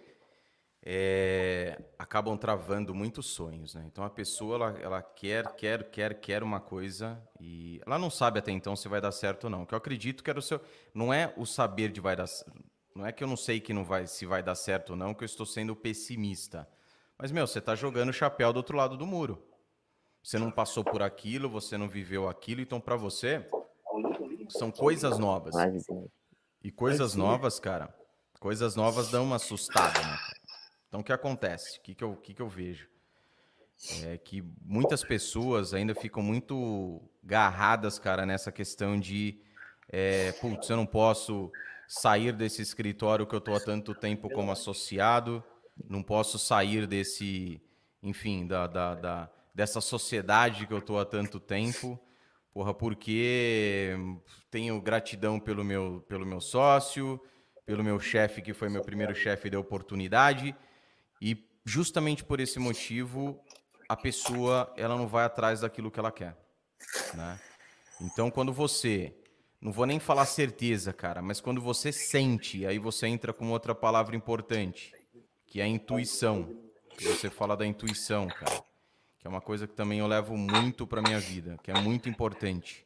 é, acabam travando muitos sonhos, né? Então a pessoa ela, ela quer, quer, quer, quer uma coisa e ela não sabe até então se vai dar certo ou não. Que eu acredito que era o seu, não é o saber de vai dar, não é que eu não sei que não vai, se vai dar certo ou não, que eu estou sendo pessimista. Mas meu, você tá jogando o chapéu do outro lado do muro. Você não passou por aquilo, você não viveu aquilo, então para você são coisas novas. E coisas novas, cara, coisas novas dão uma assustada, né, cara? Então, o que acontece? O que, que, eu, que, que eu vejo? É que muitas pessoas ainda ficam muito garradas, cara, nessa questão de é, putz, eu não posso sair desse escritório que eu estou há tanto tempo como associado, não posso sair desse, enfim, da, da, da, dessa sociedade que eu estou há tanto tempo, porra, porque tenho gratidão pelo meu, pelo meu sócio, pelo meu chefe, que foi meu primeiro chefe de oportunidade. E justamente por esse motivo, a pessoa ela não vai atrás daquilo que ela quer, né? Então, quando você, não vou nem falar certeza, cara, mas quando você sente, aí você entra com outra palavra importante, que é a intuição. Que você fala da intuição, cara, que é uma coisa que também eu levo muito para minha vida, que é muito importante.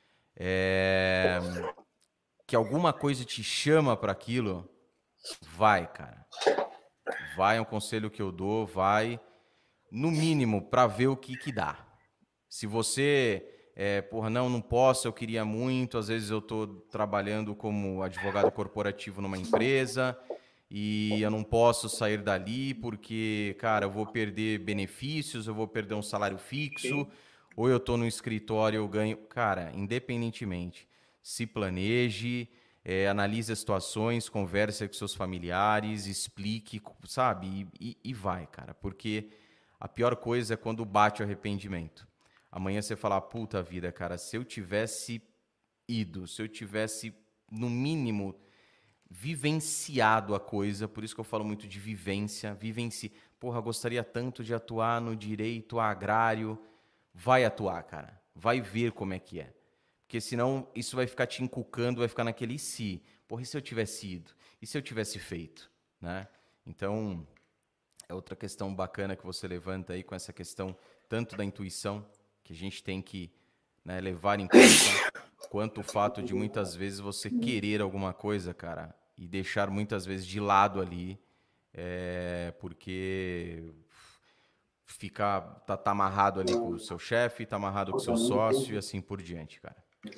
É... Que alguma coisa te chama para aquilo, vai, cara. Vai, é um conselho que eu dou, vai, no mínimo, para ver o que que dá. Se você, é, porra, não, não posso, eu queria muito, às vezes eu estou trabalhando como advogado corporativo numa empresa e eu não posso sair dali porque, cara, eu vou perder benefícios, eu vou perder um salário fixo, ou eu estou no escritório, eu ganho... Cara, independentemente, se planeje... É, analise as situações, converse com seus familiares, explique, sabe? E, e, e vai, cara. Porque a pior coisa é quando bate o arrependimento. Amanhã você fala, puta vida, cara, se eu tivesse ido, se eu tivesse, no mínimo, vivenciado a coisa, por isso que eu falo muito de vivência, vivenci... Porra, gostaria tanto de atuar no direito agrário. Vai atuar, cara. Vai ver como é que é. Porque senão isso vai ficar te encucando, vai ficar naquele e se. Porra, e se eu tivesse ido? E se eu tivesse feito? Né? Então, é outra questão bacana que você levanta aí com essa questão tanto da intuição, que a gente tem que, né, levar em conta, quanto o fato de muitas vezes você querer alguma coisa, cara, e deixar muitas vezes de lado ali, é, porque ficar, tá, tá amarrado ali com o seu chefe, tá amarrado com o seu sócio e assim por diante, cara.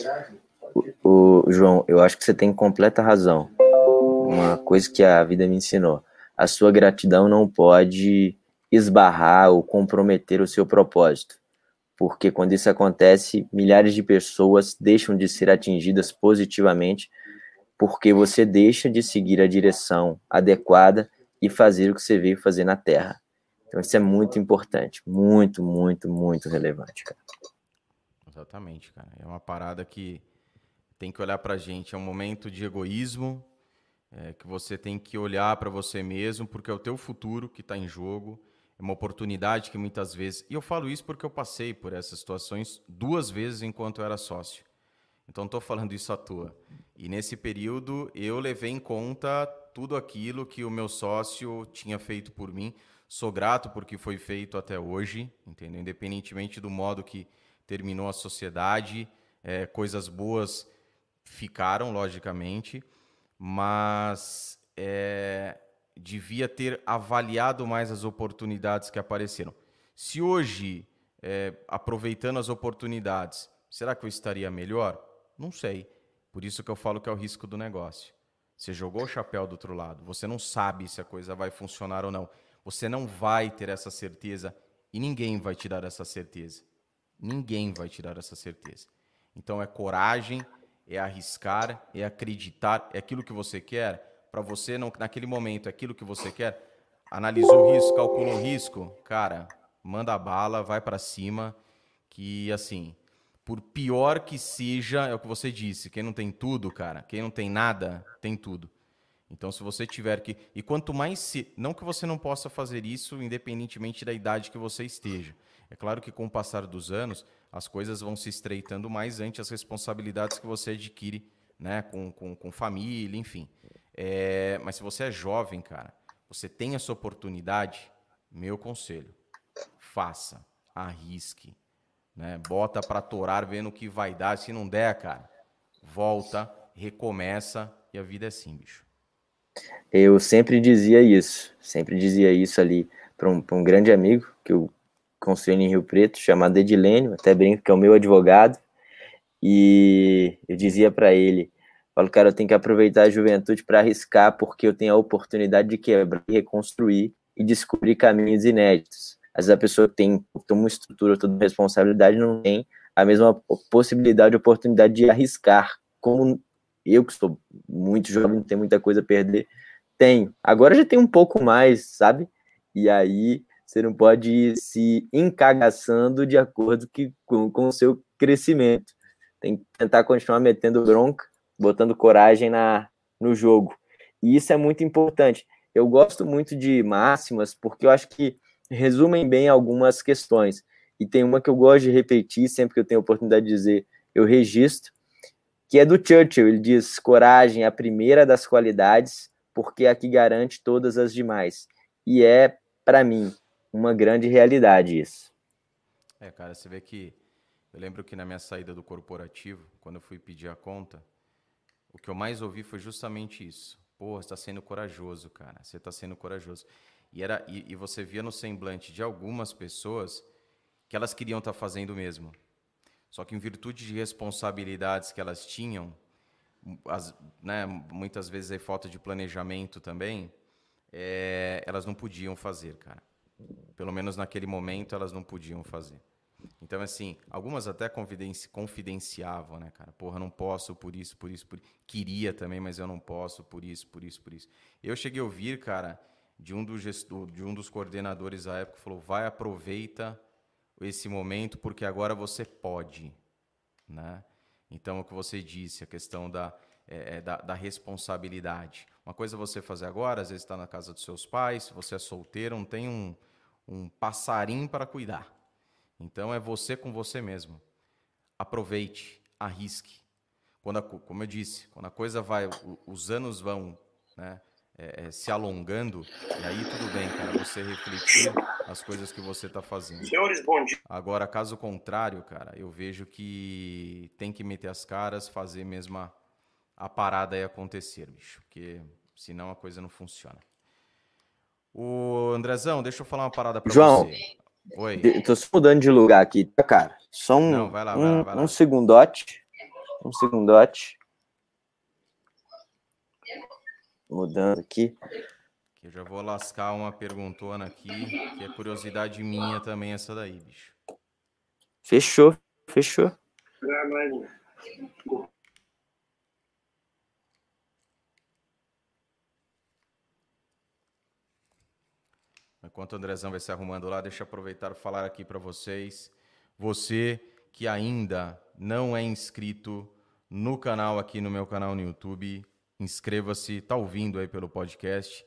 O, o João, eu acho que você tem completa razão. Uma coisa que a vida me ensinou: a sua gratidão não pode esbarrar ou comprometer o seu propósito. Porque quando isso acontece, milhares de pessoas deixam de ser atingidas positivamente porque você deixa de seguir a direção adequada e fazer o que você veio fazer na Terra. Então isso é muito importante, muito, muito, muito relevante, cara. Exatamente, cara. É uma parada que tem que olhar pra gente, é um momento de egoísmo, é, que você tem que olhar para você mesmo, porque é o teu futuro que está em jogo, é uma oportunidade que muitas vezes... E eu falo isso porque eu passei por essas situações duas vezes enquanto eu era sócio. Então, não estou falando isso à toa. E nesse período, eu levei em conta tudo aquilo que o meu sócio tinha feito por mim. Sou grato porque foi feito até hoje, entendeu? Independentemente do modo que terminou a sociedade, é, coisas boas ficaram, logicamente, mas é, devia ter avaliado mais as oportunidades que apareceram. Se hoje, é, aproveitando as oportunidades, será que eu estaria melhor? Não sei. Por isso que eu falo que é o risco do negócio. Você jogou o chapéu do outro lado, você não sabe se a coisa vai funcionar ou não. Você não vai ter essa certeza e ninguém vai te dar essa certeza. Ninguém vai te dar essa certeza. Então é coragem, é arriscar, é acreditar, é aquilo que você quer. Para você, não, naquele momento, é aquilo que você quer. Analisou o risco, calculou o risco, cara, manda a bala, vai para cima, que assim, por pior que seja, é o que você disse, quem não tem tudo, cara, quem não tem nada, tem tudo. Então, se você tiver que... E quanto mais... Se... Não que você não possa fazer isso, independentemente da idade que você esteja. É claro que com o passar dos anos, as coisas vão se estreitando mais ante as responsabilidades que você adquire, né? Com, com, com família, enfim. É... Mas se você é jovem, cara, você tem essa oportunidade, meu conselho, faça, arrisque, né? Bota pra torar, vendo o que vai dar. Se não der, cara, volta, recomeça e a vida é assim, bicho. Eu sempre dizia isso, sempre dizia isso ali para um, um grande amigo que eu construí em Rio Preto, chamado Edilênio, até brinco que é o meu advogado, e eu dizia para ele, falo, cara, eu tenho que aproveitar a juventude para arriscar, porque eu tenho a oportunidade de quebrar, reconstruir e descobrir caminhos inéditos. Às vezes a pessoa tem toda uma estrutura, toda uma responsabilidade, não tem a mesma possibilidade, oportunidade de arriscar, como eu que sou muito jovem, não tenho muita coisa a perder, tenho. Agora já tem um pouco mais, sabe? E aí você não pode ir se encagaçando de acordo que, com, com o seu crescimento. Tem que tentar continuar metendo bronca, botando coragem na, no jogo. E isso é muito importante. Eu gosto muito de máximas porque eu acho que resumem bem algumas questões. E tem uma que eu gosto de repetir sempre que eu tenho a oportunidade de dizer, eu registro, que é do Churchill. Ele diz, coragem é a primeira das qualidades, porque é a que garante todas as demais. E é, para mim, uma grande realidade isso. É, cara, você vê que... Eu lembro que na minha saída do corporativo, quando eu fui pedir a conta, o que eu mais ouvi foi justamente isso. Pô, você tá sendo corajoso, cara. Você tá sendo corajoso. E, era, e, e você via no semblante de algumas pessoas que elas queriam estar fazendo o mesmo. Só que em virtude de responsabilidades que elas tinham, as, né, muitas vezes é falta de planejamento também, é, elas não podiam fazer, cara. Pelo menos naquele momento elas não podiam fazer. Então, assim, algumas até confidenci- confidenciavam, né, cara? Porra, não posso por isso, por isso, por isso. Queria também, mas eu não posso por isso, por isso, por isso. Eu cheguei a ouvir, cara, de um, do gestor, de um dos coordenadores à época, falou, vai, aproveita esse momento, porque agora você pode, né? Então, o que você disse, a questão da, é, da, da responsabilidade. Uma coisa é você fazer agora, às vezes está na casa dos seus pais, você é solteiro, não tem um, um passarinho para cuidar. Então, é você com você mesmo. Aproveite, arrisque. Quando a, como eu disse, quando a coisa vai, os anos vão, né, é, é, se alongando, e aí tudo bem, cara, você refletir as coisas que você está fazendo. Senhores, bom dia. Agora, caso contrário, cara, eu vejo que tem que meter as caras, fazer mesmo a, a parada aí acontecer, bicho, porque senão a coisa não funciona. O Andrezão, deixa eu falar uma parada pra João, você. Oi. Eu tô só mudando de lugar aqui, tá, cara? Só um, Não, vai lá, um, vai lá, vai lá. um segundote. Um segundote. Mudando aqui. Eu já vou lascar uma perguntona aqui, que é curiosidade minha também essa daí, bicho. Fechou, fechou. Enquanto o Andrezão vai se arrumando lá, deixa eu aproveitar e falar aqui para vocês. Você que ainda não é inscrito no canal, aqui no meu canal no YouTube, inscreva-se, tá ouvindo aí pelo podcast.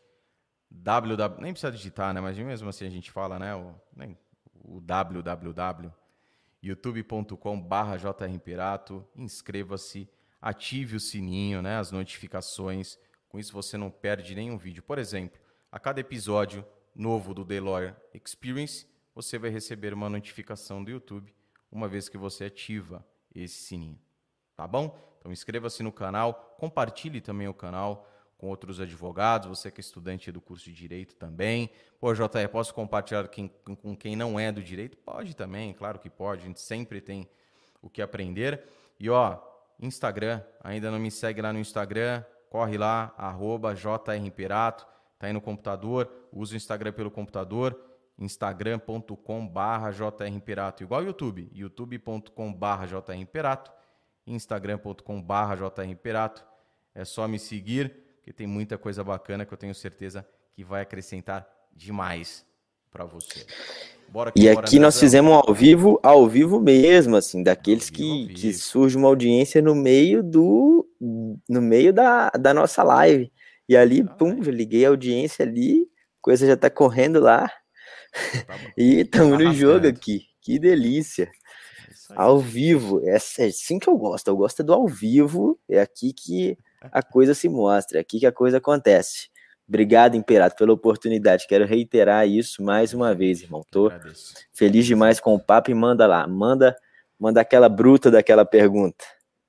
www, nem precisa digitar, né? Mas mesmo assim a gente fala, né? O, nem, o www, youtube ponto com barra jrimperato. Inscreva-se, ative o sininho, né? As notificações. Com isso você não perde nenhum vídeo. Por exemplo, a cada episódio novo do The Lawyer Experience, você vai receber uma notificação do YouTube, uma vez que você ativa esse sininho. Tá bom? Então inscreva-se no canal, compartilhe também o canal com outros advogados, você que é estudante do curso de Direito também. Pô, J R, posso compartilhar quem, com quem não é do Direito? Pode também, claro que pode, a gente sempre tem o que aprender. E ó, Instagram, ainda não me segue lá no Instagram, corre lá, arroba jrimperato, tá aí no computador, usa o Instagram pelo computador, instagram ponto com barra jrimperato, igual o YouTube, youtube ponto com barra jrimperato, instagram ponto com barra jrimperato, é só me seguir, que tem muita coisa bacana que eu tenho certeza que vai acrescentar demais para você. Bora que E bora, aqui nós Andrezão. fizemos ao vivo, ao vivo mesmo, assim, daqueles Ao vivo, ao que, vivo. que surge uma audiência no meio do, no meio da, da nossa live. E ali, Da pum, live. já liguei a audiência ali, coisa já tá correndo lá. Tá, E estamos tá no jogo rasgando. aqui. Que delícia. Isso aí. Ao vivo, é assim que eu gosto. Eu gosto do ao vivo, é aqui que a coisa se mostra, é aqui que a coisa acontece. Obrigado, Imperato, pela oportunidade. Quero reiterar isso mais uma vez, irmão. Tô Agradeço. feliz demais com o papo e manda lá. Manda, manda aquela bruta daquela pergunta.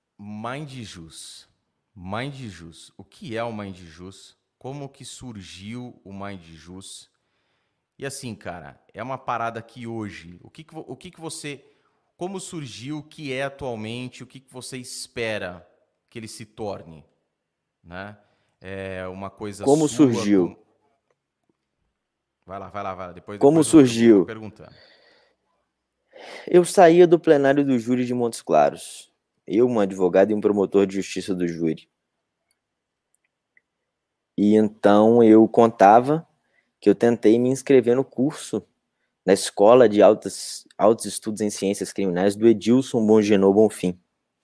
MindJus. MindJus. O que é o MindJus? Como que surgiu o MindJus? E assim, cara, é uma parada que hoje, o que que, o que que você, como surgiu, o que é atualmente, o que que você espera que ele se torne, né? É uma coisa Como sua... surgiu? Com... Vai lá, vai lá, vai lá. Depois, Como depois eu, eu vou surgiu? perguntando. Eu saía do plenário do júri de Montes Claros. Eu, um advogado e um promotor de justiça do júri. E então eu contava que eu tentei me inscrever no curso na Escola de Altos, Altos Estudos em Ciências Criminais do Edilson Bongenô Bonfim.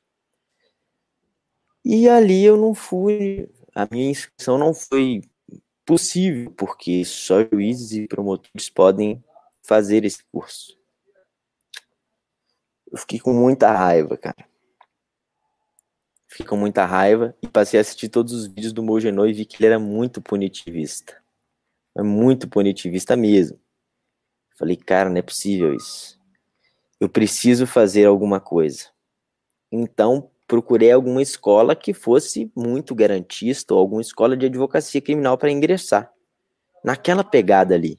E ali eu não fui, a minha inscrição não foi possível, porque só juízes e promotores podem fazer esse curso. Eu fiquei com muita raiva, cara. Fiquei com muita raiva e passei a assistir todos os vídeos do Bongenô e vi que ele era muito punitivista. É muito punitivista mesmo. Falei, cara, não é possível isso. Eu preciso fazer alguma coisa. Então, procurei alguma escola que fosse muito garantista ou alguma escola de advocacia criminal para ingressar. Naquela pegada ali.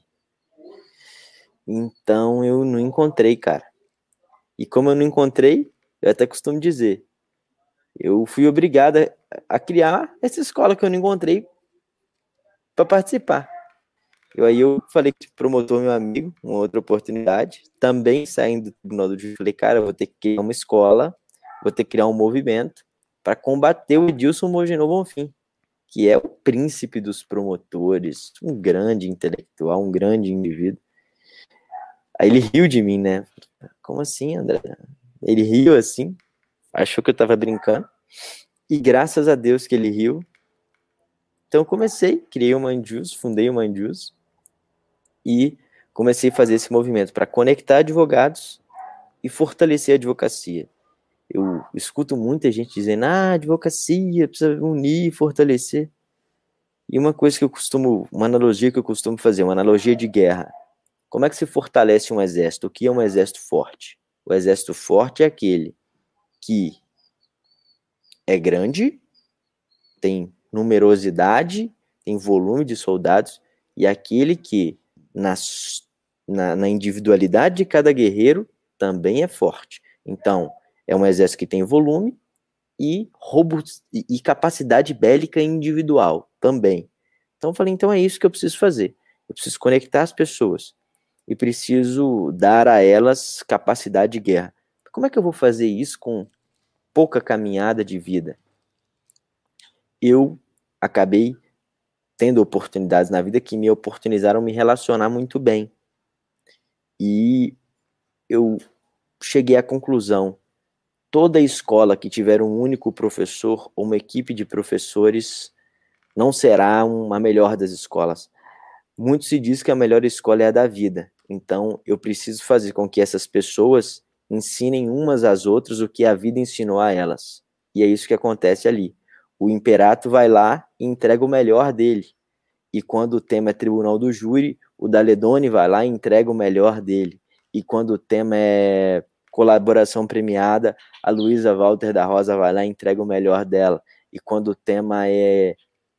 Então, eu não encontrei, cara. E como eu não encontrei, eu até costumo dizer, eu fui obrigado a criar essa escola que eu não encontrei para participar. Eu, aí eu falei que promotor meu amigo, uma outra oportunidade, também saindo do tribunal do júri, falei, cara, eu vou ter que criar uma escola, vou ter que criar um movimento para combater o Edilson Bongenô Bonfim, que é o príncipe dos promotores, um grande intelectual, um grande indivíduo. Aí ele riu de mim, né? Como assim, André? Ele riu assim, achou que eu tava brincando, e graças a Deus que ele riu. Então eu comecei, criei o MindJus, fundei o MindJus, e comecei a fazer esse movimento para conectar advogados e fortalecer a advocacia. Eu escuto muita gente dizendo, ah, advocacia precisa unir, fortalecer. E uma coisa que eu costumo, uma analogia que eu costumo fazer, uma analogia de guerra. Como é que se fortalece um exército? O que é um exército forte? O exército forte é aquele que é grande, tem numerosidade, tem volume de soldados, e aquele que nas, na, na individualidade de cada guerreiro também é forte. Então, é um exército que tem volume e, robust, e, e capacidade bélica individual também. Então eu falei, então é isso que eu preciso fazer. Eu preciso conectar as pessoas e preciso dar a elas capacidade de guerra. Como é que eu vou fazer isso com pouca caminhada de vida? Eu acabei tendo oportunidades na vida que me oportunizaram me relacionar muito bem. E eu cheguei à conclusão, toda escola que tiver um único professor ou uma equipe de professores não será uma melhor das escolas. Muito se diz que a melhor escola é a da vida. Então, eu preciso fazer com que essas pessoas ensinem umas às outras o que a vida ensinou a elas. E é isso que acontece ali. O Imperato vai lá e entrega o melhor dele. E quando o tema é Tribunal do Júri, o Daledoni vai lá e entrega o melhor dele. E quando o tema é colaboração premiada, a Luísa Walter da Rosa vai lá e entrega o melhor dela. E quando o tema é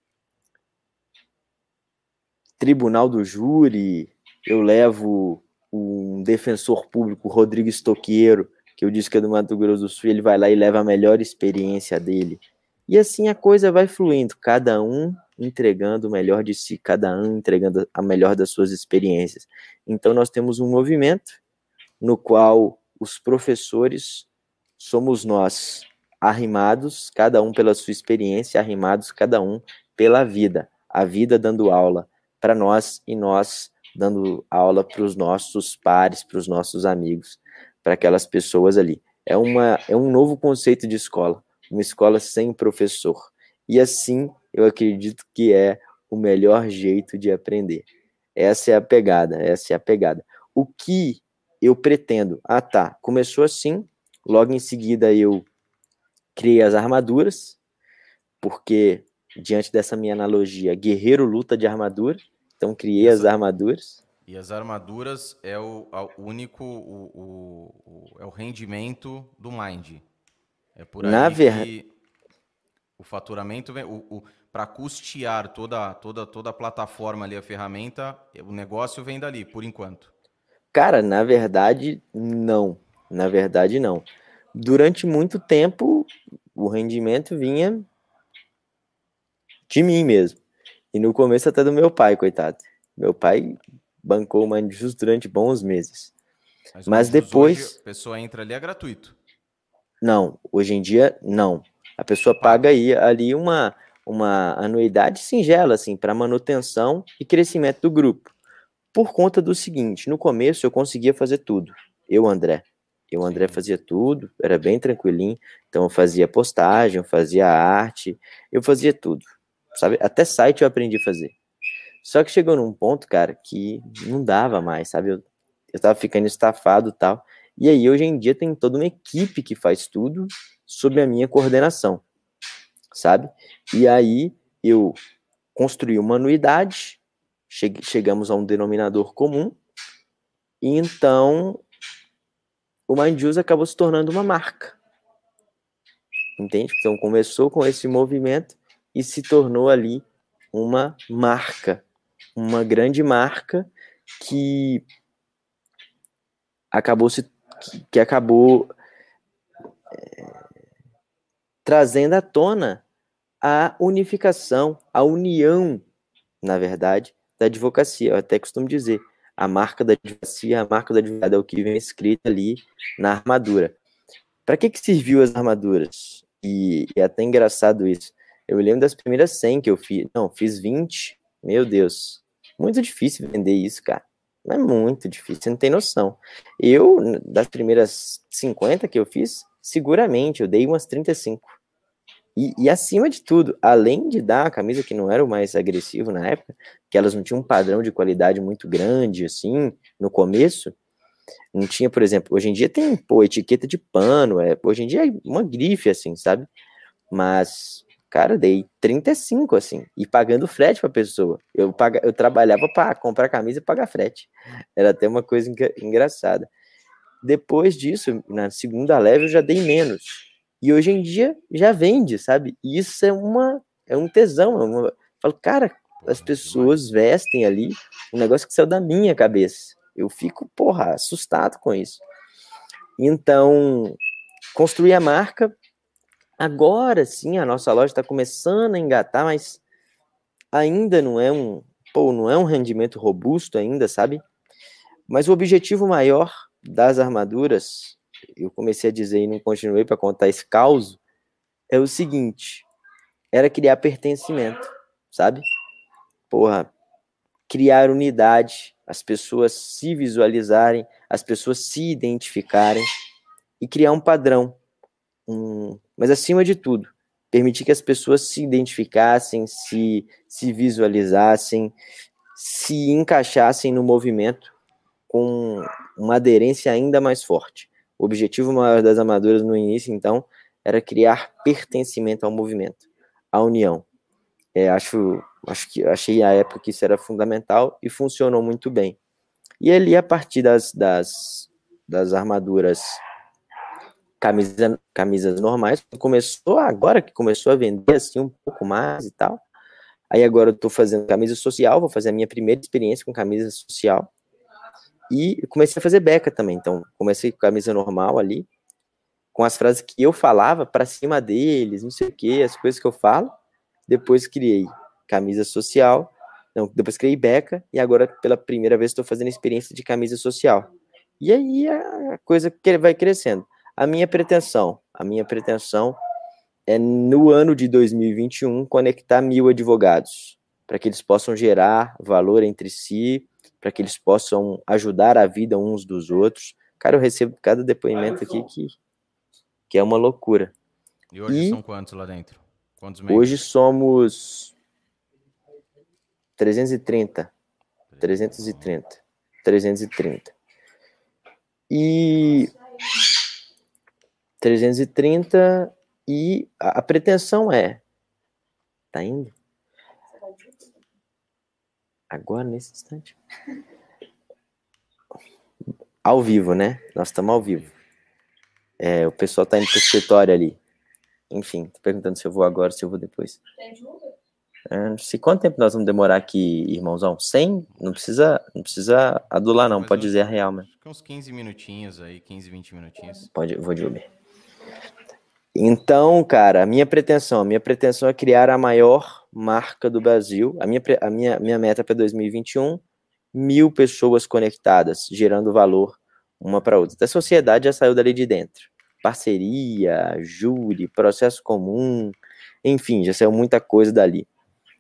Tribunal do Júri, eu levo um defensor público, Rodrigo Stoqueiro, que eu disse que é do Mato Grosso do Sul, ele vai lá e leva a melhor experiência dele. E assim a coisa vai fluindo, cada um entregando o melhor de si, cada um entregando a melhor das suas experiências. Então nós temos um movimento no qual os professores somos nós, arrimados, cada um pela sua experiência, arrimados cada um pela vida, a vida dando aula para nós e nós dando aula para os nossos pares, para os nossos amigos, para aquelas pessoas ali. É, uma, é um novo conceito de escola, uma escola sem professor. E assim, eu acredito que é o melhor jeito de aprender. Essa é a pegada, essa é a pegada. O que eu pretendo? Ah, tá, começou assim, logo em seguida eu criei as armaduras, porque diante dessa minha analogia, guerreiro luta de armadura, então criei as armaduras. E as armaduras é o, o único, o, o, o, é o rendimento do Mind. É por aí Na ver... que o faturamento vem, o, o, para custear toda, toda, toda a plataforma ali, a ferramenta, o negócio vem dali, por enquanto. Cara, na verdade, não. Na verdade, não. Durante muito tempo, o rendimento vinha de mim mesmo. E no começo até do meu pai, coitado. Meu pai bancou o Mindjus durante bons meses. Mas, Mas depois... Hoje, a pessoa entra ali, é gratuito. Não, hoje em dia, não. A pessoa paga aí, ali uma, uma anuidade singela, assim, para manutenção e crescimento do grupo. Por conta do seguinte, no começo eu conseguia fazer tudo. Eu, André. Eu, André, Sim. fazia tudo, era bem tranquilinho. Então eu fazia postagem, eu fazia arte, eu fazia tudo. Sabe? Até site eu aprendi a fazer. Só que chegou num ponto, cara, que não dava mais, sabe? Eu, eu tava ficando estafado e tal. E aí, hoje em dia, tem toda uma equipe que faz tudo sob a minha coordenação, sabe? E aí, eu construí uma anuidade, che chegamos a um denominador comum, e então o Mindjus acabou se tornando uma marca. Entende? Então, começou com esse movimento e se tornou ali uma marca, uma grande marca que acabou se que, que acabou é, trazendo à tona a unificação, a união, na verdade, da advocacia. Eu até costumo dizer, a marca da advocacia, a marca do advogado é o que vem escrito ali na armadura. Para que que serviu as armaduras? E é até engraçado isso. Eu me lembro das primeiras cem que eu fiz. Não, fiz vinte. Meu Deus. Muito difícil vender isso, cara. Não é muito difícil, você não tem noção. Eu, das primeiras cinquenta que eu fiz, seguramente eu dei umas trinta e cinco. E, e acima de tudo, além de dar a camisa que não era o mais agressivo na época, que elas não tinham um padrão de qualidade muito grande, assim, no começo, não tinha, por exemplo, hoje em dia tem, pô, etiqueta de pano, é, hoje em dia é uma grife, assim, sabe? Mas, cara, dei trinta e cinco, assim, e pagando frete pra pessoa. Eu, paga, eu trabalhava para comprar camisa e pagar frete. Era até uma coisa engra, engraçada. Depois disso, na segunda leve, eu já dei menos. E hoje em dia já vende, sabe? E isso é, uma, é um tesão. É uma, eu falo, cara, as pessoas vestem ali um negócio que saiu da minha cabeça. Eu fico, porra, assustado com isso. Então, construir a marca. Agora sim, a nossa loja está começando a engatar, mas ainda não é um, pô, não é um rendimento robusto ainda, sabe? Mas o objetivo maior das armaduras, eu comecei a dizer e não continuei para contar esse caos, é o seguinte, era criar pertencimento, sabe? Porra, criar unidade, as pessoas se visualizarem, as pessoas se identificarem e criar um padrão. Um, mas acima de tudo, permitir que as pessoas se identificassem, se, se visualizassem, se encaixassem no movimento com uma aderência ainda mais forte. O objetivo maior das armaduras no início, então, era criar pertencimento ao movimento, à união. É, acho, acho que achei a época que isso era fundamental e funcionou muito bem. E ali, a partir das, das, das armaduras camisa, camisas normais, começou, agora que começou a vender assim um pouco mais e tal. Aí agora eu tô fazendo camisa social, vou fazer a minha primeira experiência com camisa social. E comecei a fazer beca também, então comecei com camisa normal ali, com as frases que eu falava para cima deles, não sei o que, as coisas que eu falo. Depois criei camisa social, não, depois criei beca e agora pela primeira vez estou fazendo experiência de camisa social. E aí a coisa que vai crescendo. A minha pretensão, a minha pretensão é no ano de dois mil e vinte e um conectar mil advogados, para que eles possam gerar valor entre si, para que eles possam ajudar a vida uns dos outros. Cara, eu recebo cada depoimento aqui que, que é uma loucura. E hoje e são quantos lá dentro? Quantos membros? Hoje somos trezentos e trinta. trezentos e trinta. trezentos e trinta. E trezentos e trinta e a, a pretensão é... Tá indo? Agora, nesse instante? Ao vivo, né? Nós estamos ao vivo. É, o pessoal tá indo pro escritório ali. Enfim, tô perguntando se eu vou agora, se eu vou depois. É, não sei quanto tempo nós vamos demorar aqui, irmãozão. cem? Não precisa, não precisa adular, não. Mas pode uns, dizer a real, mas. Acho que uns quinze minutinhos aí, quinze, vinte minutinhos. Pode, eu vou de Uber. Então, cara, a minha pretensão, a minha pretensão é criar a maior marca do Brasil. A minha, a minha, minha meta para dois mil e vinte e um, mil pessoas conectadas, gerando valor uma para outra. A sociedade já saiu dali de dentro. Parceria, júri, processo comum, enfim, já saiu muita coisa dali.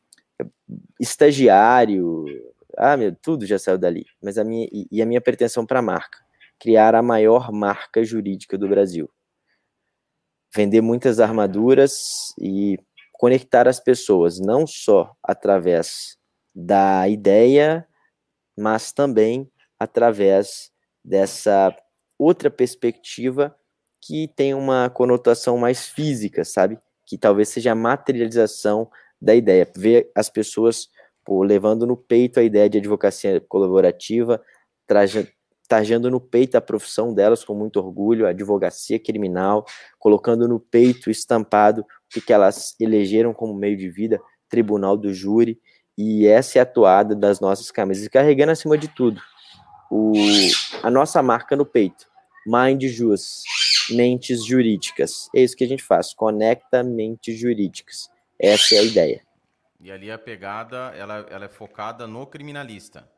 Estagiário, ah, meu, tudo já saiu dali. Mas a minha, e a minha pretensão para a marca, criar a maior marca jurídica do Brasil. Vender muitas armaduras e conectar as pessoas, não só através da ideia, mas também através dessa outra perspectiva que tem uma conotação mais física, sabe? Que talvez seja a materialização da ideia. Ver as pessoas pô, levando no peito a ideia de advocacia colaborativa, trajando no peito a profissão delas com muito orgulho, a advocacia criminal, colocando no peito estampado o que elas elegeram como meio de vida, tribunal do júri, e essa é a toada das nossas camisas, e carregando acima de tudo o, a nossa marca no peito, Mind Jus, mentes jurídicas, é isso que a gente faz, conecta mentes jurídicas, essa é a ideia. E ali a pegada, ela, ela é focada no criminalista.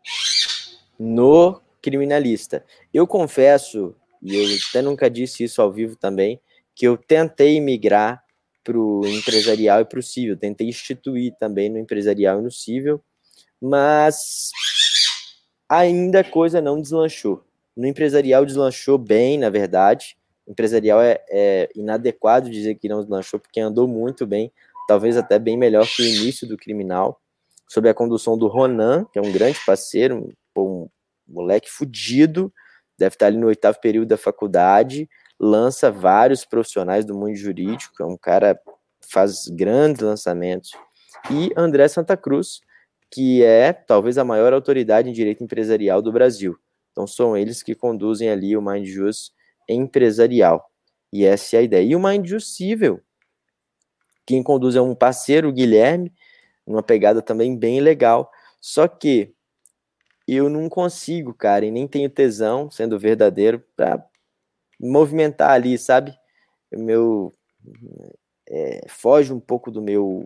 No criminalista. Eu confesso, e eu até nunca disse isso ao vivo também, que eu tentei migrar para o empresarial e para o civil, tentei instituir também no empresarial e no civil, mas ainda a coisa não deslanchou. No empresarial deslanchou bem, na verdade. O empresarial é, é inadequado dizer que não deslanchou, porque andou muito bem, talvez até bem melhor que o início do criminal, sob a condução do Ronan, que é um grande parceiro, um, um moleque fudido, deve estar ali no oitavo período da faculdade, lança vários profissionais do mundo jurídico, é um cara que faz grandes lançamentos. E André Santa Cruz, que é talvez a maior autoridade em direito empresarial do Brasil. Então são eles que conduzem ali o Mind Jus empresarial. E essa é a ideia. E o Mind Jus Civil, quem conduz é um parceiro, o Guilherme, numa pegada também bem legal. Só que eu não consigo, cara, e nem tenho tesão, sendo verdadeiro, para movimentar ali, sabe? O meu é, foge um pouco do meu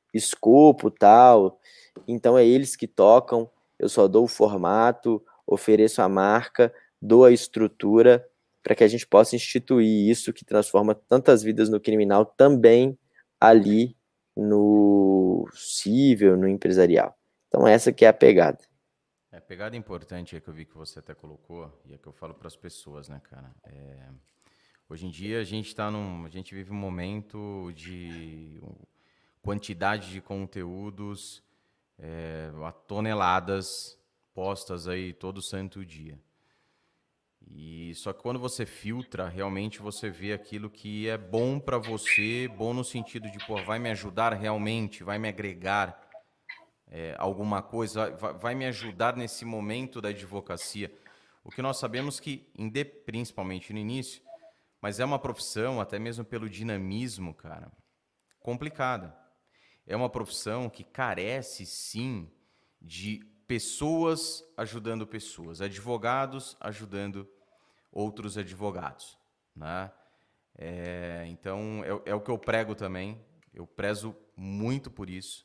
escopo, tal. Então é eles que tocam, eu só dou o formato, ofereço a marca, dou a estrutura para que a gente possa instituir isso que transforma tantas vidas no criminal também ali no civil, no empresarial. Então essa que é a pegada. É, pegada importante é que eu vi que você até colocou, e é que eu falo para as pessoas, né, cara? É, hoje em dia a gente tá num, a gente vive um momento de quantidade de conteúdos, é, a toneladas postas aí todo santo dia. E só que quando você filtra, realmente você vê aquilo que é bom para você, bom no sentido de, pô, vai me ajudar realmente, vai me agregar é, alguma coisa, vai, vai me ajudar nesse momento da advocacia. O que nós sabemos que, principalmente no início, mas é uma profissão, até mesmo pelo dinamismo, cara, complicada. É uma profissão que carece, sim, de pessoas ajudando pessoas, advogados ajudando outros advogados, né? É, então, é, é o que eu prego também. Eu prezo muito por isso.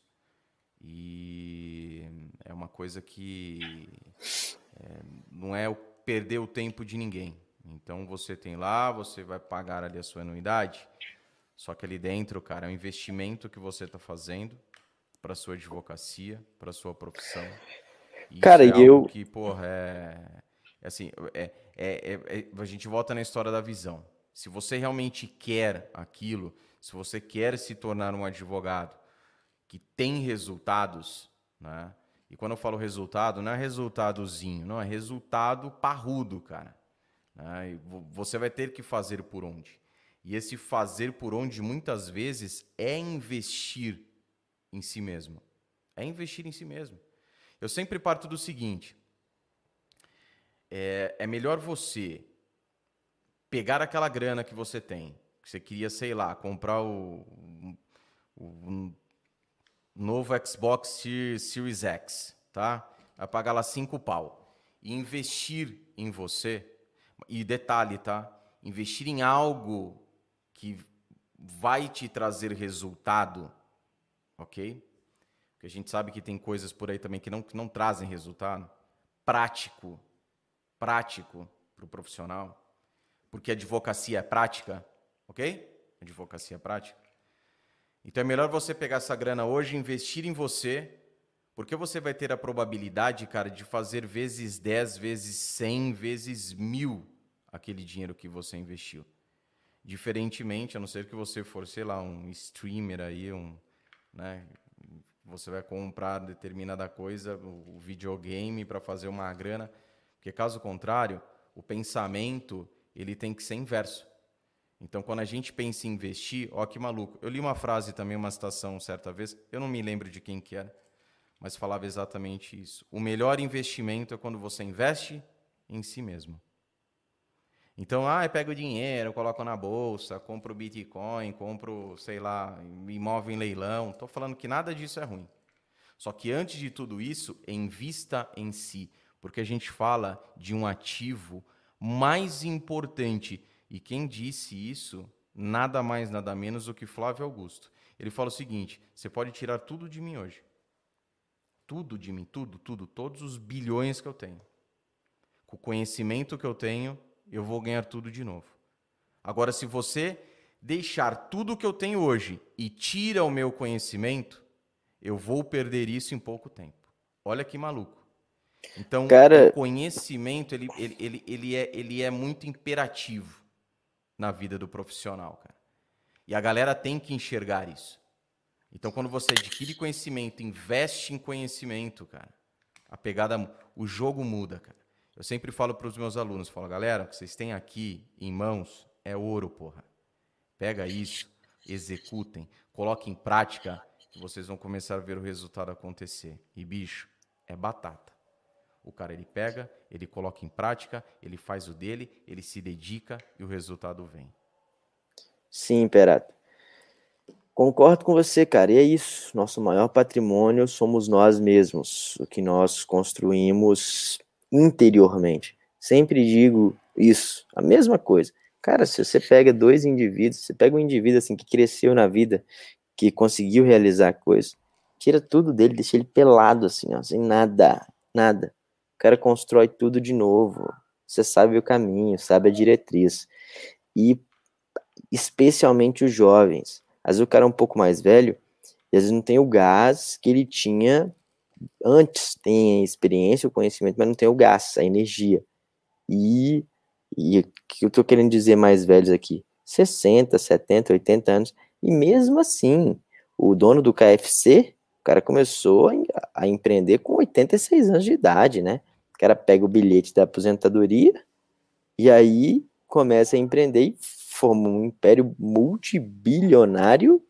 E é uma coisa que é, não é o perder o tempo de ninguém. Então, você tem lá, você vai pagar ali a sua anuidade, só que ali dentro, cara, é um investimento que você está fazendo para sua advocacia, para sua profissão. E Cara, isso é e algo eu... que, porra, é, é assim, é, é, é, é, a gente volta na história da visão. Se você realmente quer aquilo, se você quer se tornar um advogado que tem resultados, né? E quando eu falo resultado, não é resultadozinho, não, é resultado parrudo, cara. Né? E você vai ter que fazer por onde. E esse fazer por onde, muitas vezes, é investir em si mesmo. É investir em si mesmo. Eu sempre parto do seguinte, é, é melhor você pegar aquela grana que você tem, que você queria, sei lá, comprar o, o, o novo Xbox Series X, tá? Vai pagar lá cinco pau. E investir em você, e detalhe, tá? Investir em algo que vai te trazer resultado, ok? Porque a gente sabe que tem coisas por aí também que não, que não trazem resultado. Prático, prático para o profissional. Porque a advocacia é prática, ok? Advocacia é prática. Então é melhor você pegar essa grana hoje e investir em você, porque você vai ter a probabilidade, cara, de fazer vezes dez, vezes cem, vezes mil aquele dinheiro que você investiu. Diferentemente, a não ser que você for, sei lá, um streamer aí, um, né, você vai comprar determinada coisa, o videogame para fazer uma grana, porque caso contrário, o pensamento ele tem que ser inverso. Então, quando a gente pensa em investir, ó que maluco. Eu li uma frase também, uma citação certa vez, eu não me lembro de quem que era, mas falava exatamente isso. O melhor investimento é quando você investe em si mesmo. Então, ah, eu pego o dinheiro, coloco na bolsa, compro Bitcoin, compro, sei lá, imóvel em leilão. Estou falando que nada disso é ruim. Só que antes de tudo isso, invista em si, porque a gente fala de um ativo mais importante. E quem disse isso, nada mais, nada menos do que Flávio Augusto. Ele fala o seguinte, você pode tirar tudo de mim hoje. Tudo de mim, tudo, tudo, todos os bilhões que eu tenho. Com o conhecimento que eu tenho, eu vou ganhar tudo de novo. Agora, se você deixar tudo que eu tenho hoje e tira o meu conhecimento, eu vou perder isso em pouco tempo. Olha que maluco. Então, Cara... o conhecimento, ele, ele, ele, ele, é, ele é muito imperativo na vida do profissional, cara. E a galera tem que enxergar isso. Então, quando você adquire conhecimento, investe em conhecimento, cara, a pegada, o jogo muda, cara. Eu sempre falo para os meus alunos, falo, galera, o que vocês têm aqui em mãos é ouro, porra. Pega isso, executem, coloquem em prática, que vocês vão começar a ver o resultado acontecer. E, bicho, é batata. O cara, ele pega, ele coloca em prática, ele faz o dele, ele se dedica e o resultado vem. Sim, Perato. Concordo com você, cara. E é isso. Nosso maior patrimônio somos nós mesmos, o que nós construímos interiormente. Sempre digo isso, a mesma coisa. Cara, se você pega dois indivíduos, você pega um indivíduo assim que cresceu na vida, que conseguiu realizar coisas, tira tudo dele, deixa ele pelado, assim, ó, sem nada, nada. O cara constrói tudo de novo. Você sabe o caminho, sabe a diretriz. E especialmente os jovens. Às vezes o cara é um pouco mais velho e às vezes não tem o gás que ele tinha antes. Tem a experiência, o conhecimento, mas não tem o gás, a energia. E, e o que eu tô querendo dizer mais velhos aqui? sessenta, setenta, oitenta anos. E mesmo assim, o dono do K F C, o cara começou a, a empreender com oitenta e seis anos de idade, né? O cara pega o bilhete da aposentadoria e aí começa a empreender e forma um império multibilionário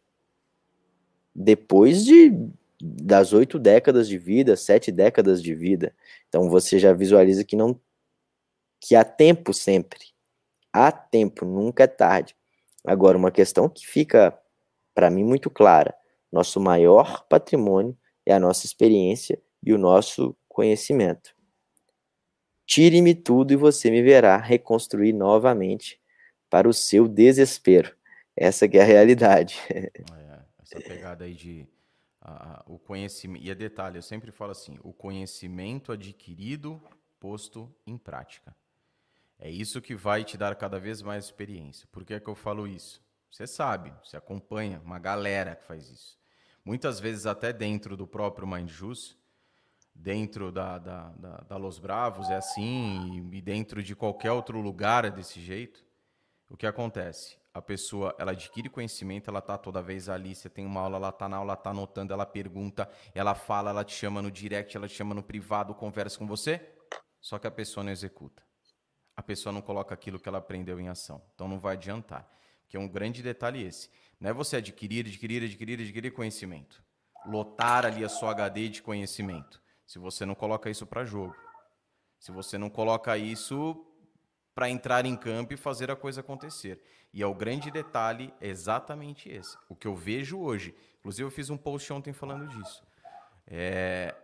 depois de das oito décadas de vida, sete décadas de vida. Então você já visualiza que não que há tempo sempre. Há tempo, nunca é tarde. Agora, uma questão que fica para mim muito clara: nosso maior patrimônio é a nossa experiência e o nosso conhecimento. Tire-me tudo e você me verá reconstruir novamente para o seu desespero. Essa que é a realidade. É, essa pegada aí de a- a- o conhecimento. E é detalhe, eu sempre falo assim: o conhecimento adquirido posto em prática. É isso que vai te dar cada vez mais experiência. Por que é que eu falo isso? Você sabe, você acompanha uma galera que faz isso. Muitas vezes até dentro do próprio Mind Juice, dentro da, da, da, da Los Bravos é assim, e dentro de qualquer outro lugar é desse jeito. O que acontece? A pessoa, ela adquire conhecimento, ela tá toda vez ali, você tem uma aula, ela tá na aula, ela tá anotando, ela pergunta, ela fala, ela te chama no direct, ela te chama no privado, conversa com você, só que a pessoa não executa. A pessoa não coloca aquilo que ela aprendeu em ação. Então não vai adiantar. Porque é um grande detalhe esse. Não é você adquirir, adquirir, adquirir, adquirir conhecimento. Lotar ali a sua H D de conhecimento. Se você não coloca isso para jogo. Se você não coloca isso para entrar em campo e fazer a coisa acontecer. E é o grande detalhe exatamente esse. O que eu vejo hoje. Inclusive eu fiz um post ontem falando disso. É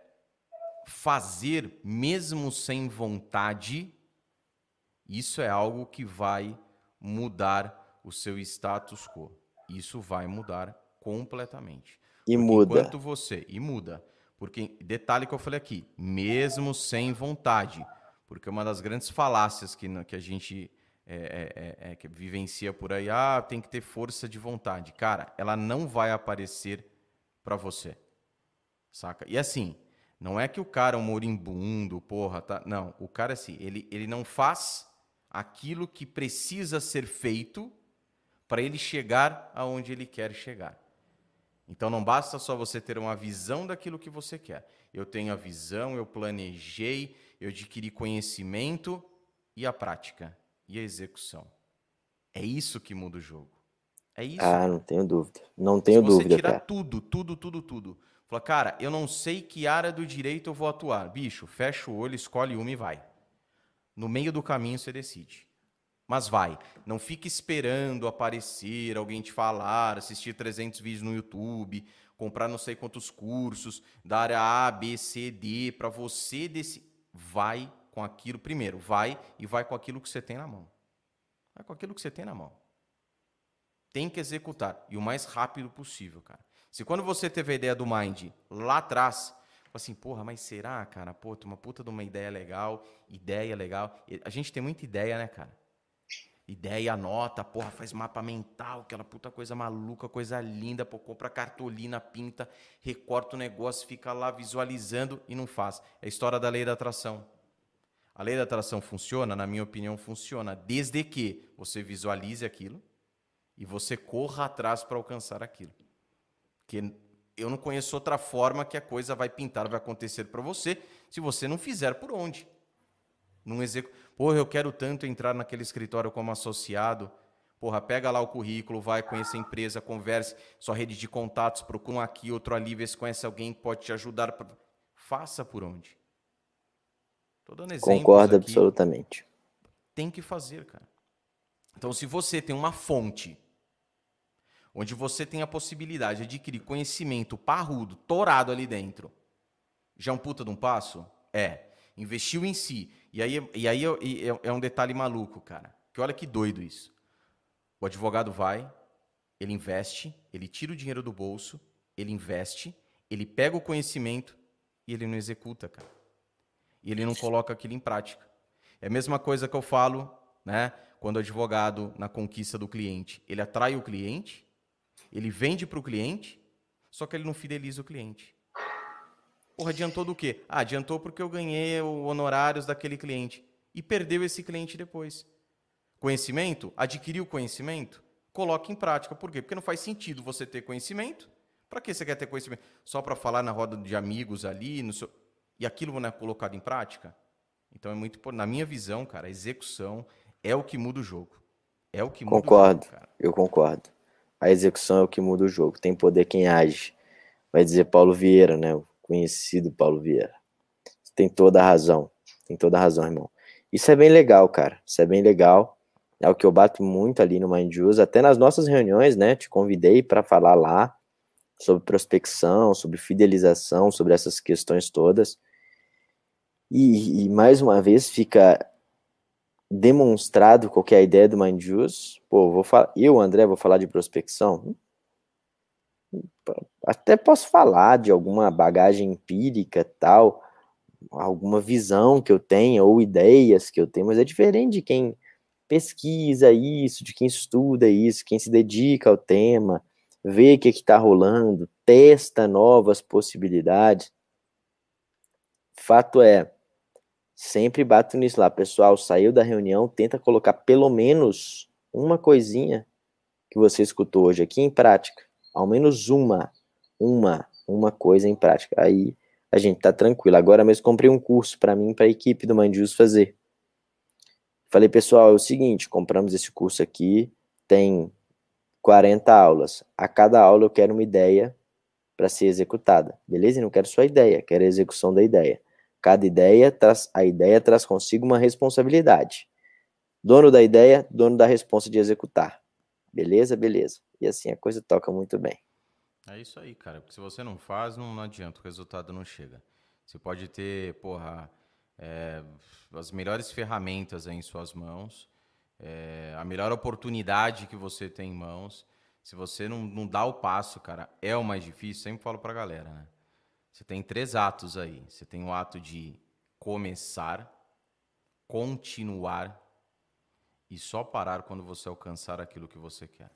fazer mesmo sem vontade. Isso é algo que vai mudar o seu status quo. Isso vai mudar completamente. E Porque muda. enquanto você. E muda. Porque, detalhe que eu falei aqui, mesmo sem vontade. Porque uma das grandes falácias que, que a gente é, é, é, que vivencia por aí, ah, tem que ter força de vontade. Cara, ela não vai aparecer para você. Saca? E assim, não é que o cara é um moribundo, porra, tá? Não, o cara assim, ele, ele não faz aquilo que precisa ser feito para ele chegar aonde ele quer chegar. Então não basta só você ter uma visão daquilo que você quer. Eu tenho a visão, eu planejei, eu adquiri conhecimento e a prática e a execução. É isso que muda o jogo. É isso, Ah, não cara. tenho dúvida. Não Se tenho você dúvida, tirar cara. tudo, tudo, tudo, tudo, fala, cara, eu não sei que área do direito eu vou atuar. Bicho, fecha o olho, escolhe uma e vai. No meio do caminho você decide. Mas vai. Não fique esperando aparecer, alguém te falar, assistir trezentos vídeos no YouTube, comprar não sei quantos cursos da área A, B, C, D, para você decidir. Vai com aquilo primeiro. Vai e vai com aquilo que você tem na mão. Vai com aquilo que você tem na mão. Tem que executar. E o mais rápido possível, cara. Se quando você teve a ideia do Mind lá atrás, assim, porra, mas será, cara? Pô, tem uma puta de uma ideia legal, ideia legal. A gente tem muita ideia, né, cara? Ideia, anota, porra, faz mapa mental, aquela puta coisa maluca, coisa linda, pô, compra cartolina, pinta, recorta o negócio, fica lá visualizando e não faz. É a história da lei da atração. A lei da atração funciona? Na minha opinião, funciona, desde que você visualize aquilo e você corra atrás para alcançar aquilo. Porque eu não conheço outra forma que a coisa vai pintar, vai acontecer para você, se você não fizer por onde. Não execu... Porra, eu quero tanto entrar naquele escritório como associado. Porra, pega lá o currículo, vai, conhecer a empresa, converse, sua rede de contatos, procura um aqui, outro ali, vê se conhece alguém que pode te ajudar. Pra... Faça por onde. Estou dando exemplos Concordo aqui. absolutamente. Tem que fazer, cara. Então, se você tem uma fonte onde você tem a possibilidade de adquirir conhecimento parrudo, torado ali dentro, já é um puta de um passo? É. Investiu em si. E aí, e aí é, é um detalhe maluco, cara. Que olha que doido isso. O advogado vai, ele investe, ele tira o dinheiro do bolso, ele investe, ele pega o conhecimento e ele não executa, cara. E ele não coloca aquilo em prática. É a mesma coisa que eu falo, né, quando o advogado, na conquista do cliente, ele atrai o cliente, ele vende para o cliente, só que ele não fideliza o cliente. Porra, adiantou do quê? Ah, adiantou porque eu ganhei os honorários daquele cliente. E perdeu esse cliente depois. Conhecimento? Adquiriu conhecimento? Coloque em prática. Por quê? Porque não faz sentido você ter conhecimento. Para que você quer ter conhecimento? Só para falar na roda de amigos ali, no seu... e aquilo não é colocado em prática? Então é muito importante. Na minha visão, cara, a execução é o que muda o jogo. É o que muda Concordo, o jogo, cara. eu concordo. A execução é o que muda o jogo. Tem poder quem age. Vai dizer Paulo Vieira, né? O conhecido Paulo Vieira. Tem toda a razão. Tem toda a razão, irmão. Isso é bem legal, cara. Isso é bem legal. É o que eu bato muito ali no Mind Use. Até nas nossas reuniões, né? Te convidei para falar lá sobre prospecção, sobre fidelização, sobre essas questões todas. E, e mais uma vez fica demonstrado qual que é a ideia do Mind Use. Pô, vou falar, eu, André, vou falar de prospecção. Até posso falar de alguma bagagem empírica, tal, alguma visão que eu tenha ou ideias que eu tenho, mas é diferente de quem pesquisa isso, de quem estuda isso, quem se dedica ao tema, vê o que está rolando, testa novas possibilidades. Fato é, sempre bato nisso lá, pessoal, saiu da reunião, tenta colocar pelo menos uma coisinha que você escutou hoje aqui em prática, ao menos uma, uma, uma coisa em prática, aí a gente tá tranquilo. Agora mesmo comprei um curso para mim, para a equipe do Mind Use fazer. Falei, pessoal, é o seguinte, compramos esse curso aqui, tem quarenta aulas, a cada aula eu quero uma ideia para ser executada, beleza? E não quero só a ideia, quero a execução da ideia. Cada ideia traz, a ideia traz consigo uma responsabilidade. Dono da ideia, dono da responsa de executar. Beleza? Beleza. E assim a coisa toca muito bem. É isso aí, cara. Porque se você não faz, não, não adianta, o resultado não chega. Você pode ter, porra, é, as melhores ferramentas aí em suas mãos, é, a melhor oportunidade que você tem em mãos. Se você não, não dá o passo, cara, é o mais difícil. Sempre falo pra galera, né? Você tem três atos aí. Você tem o ato de começar, continuar e só parar quando você alcançar aquilo que você quer.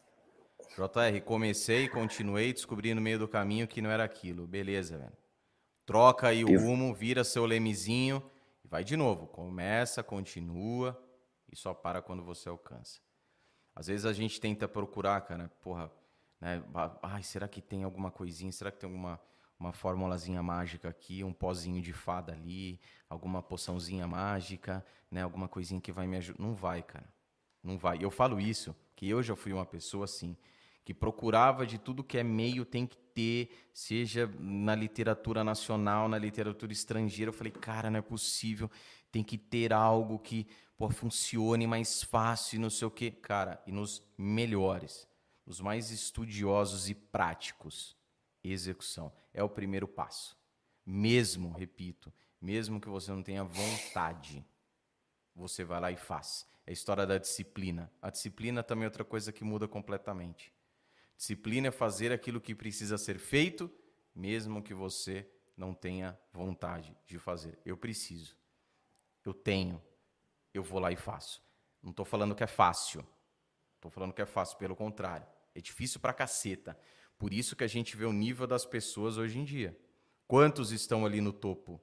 J R, comecei, continuei, descobri no meio do caminho que não era aquilo. Beleza, velho. Troca aí o rumo, vira seu lemezinho e vai de novo. Começa, continua e só para quando você alcança. Às vezes a gente tenta procurar, cara, porra, né? Ai, será que tem alguma coisinha? Será que tem alguma uma formulazinha mágica aqui, um pozinho de fada ali, alguma poçãozinha mágica, né? Alguma coisinha que vai me ajudar? Não vai, cara. Não vai. Eu falo isso, que eu já fui uma pessoa assim, que procurava de tudo que é meio tem que ter, seja na literatura nacional, na literatura estrangeira. Eu falei, cara, não é possível, tem que ter algo que pô, funcione mais fácil e não sei o quê. Cara, e nos melhores, os mais estudiosos e práticos, execução é o primeiro passo. Mesmo, repito, mesmo que você não tenha vontade, você vai lá e faz. É a história da disciplina. A disciplina também é outra coisa que muda completamente. Disciplina é fazer aquilo que precisa ser feito, mesmo que você não tenha vontade de fazer. Eu preciso. Eu tenho. Eu vou lá e faço. Não estou falando que é fácil. Estou falando que é fácil, pelo contrário. É difícil pra caceta. Por isso que a gente vê o nível das pessoas hoje em dia. Quantos estão ali no topo?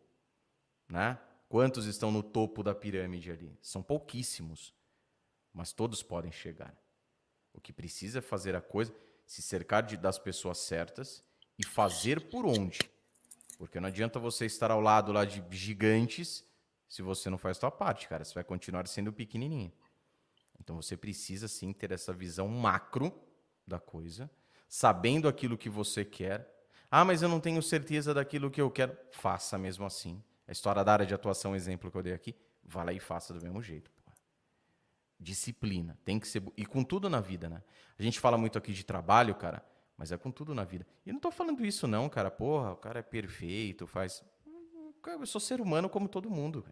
Né? Quantos estão no topo da pirâmide ali? São pouquíssimos. Mas todos podem chegar. O que precisa é fazer a coisa, se cercar de, das pessoas certas e fazer por onde. Porque não adianta você estar ao lado lá de gigantes se você não faz a sua parte, cara. Você vai continuar sendo pequenininho. Então você precisa sim ter essa visão macro da coisa, sabendo aquilo que você quer. Ah, mas eu não tenho certeza daquilo que eu quero. Faça mesmo assim. A história da área de atuação, exemplo que eu dei aqui, vá lá e faça do mesmo jeito. Porra. Disciplina. Tem que ser. E com tudo na vida, né? A gente fala muito aqui de trabalho, cara, mas é com tudo na vida. E não tô falando isso, não, cara. Porra, o cara é perfeito, faz. Eu sou ser humano como todo mundo.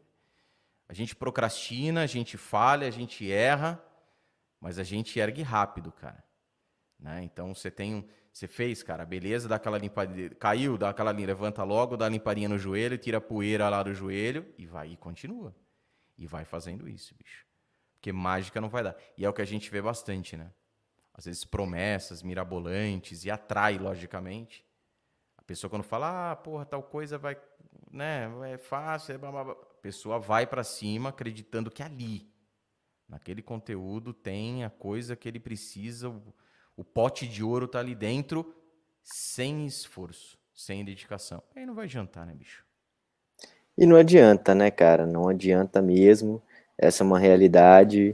A gente procrastina, a gente falha, a gente erra, mas a gente ergue rápido, cara. né? Então você tem um, você fez, cara, beleza, dá aquela limpadinha, caiu, dá aquela levanta logo, dá a limpadinha no joelho, tira a poeira lá do joelho e vai e continua. E vai fazendo isso, bicho. Porque mágica não vai dar. E é o que a gente vê bastante, né? Às vezes promessas mirabolantes e atrai, logicamente. A pessoa quando fala, ah, porra, tal coisa vai, né, é fácil, é blá, blá, blá. A pessoa vai pra cima acreditando que ali, naquele conteúdo, tem a coisa que ele precisa, o, o pote de ouro tá ali dentro, sem esforço, sem dedicação. Aí não vai adiantar, né, bicho? E não adianta, né, cara? Não adianta mesmo. Essa é uma realidade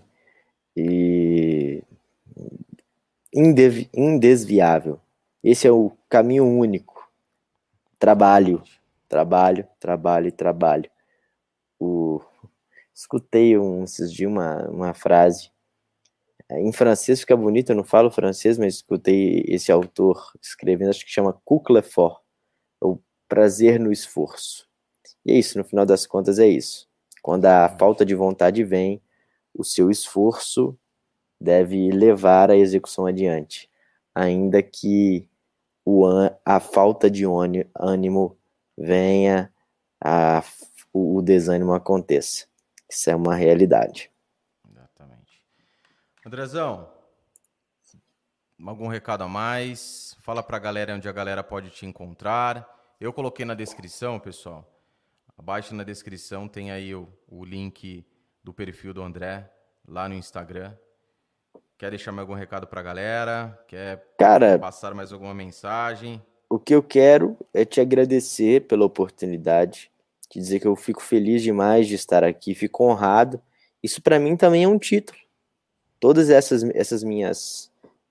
e indev- indesviável. Esse é o caminho único. Trabalho, Exatamente. trabalho, trabalho e trabalho. O... Escutei um, esses dias uma, uma frase. Em francês fica bonito, eu não falo francês, mas escutei esse autor escrevendo, acho que chama Couclefort, o prazer no esforço. E é isso, no final das contas é isso. Quando a Exatamente. falta de vontade vem, o seu esforço deve levar a execução adiante, ainda que o, a falta de ânimo venha, a, o desânimo aconteça. Isso é uma realidade. Exatamente. Andrezão, algum recado a mais? Fala pra galera onde a galera pode te encontrar. Eu coloquei na descrição, pessoal. Abaixo na descrição tem aí o, o link do perfil do André, lá no Instagram. Quer deixar mais algum recado pra galera? Quer Cara, passar mais alguma mensagem? o que eu quero é te agradecer pela oportunidade, te dizer que eu fico feliz demais de estar aqui, fico honrado. Isso para mim também é um título. Todas essas, essas minhas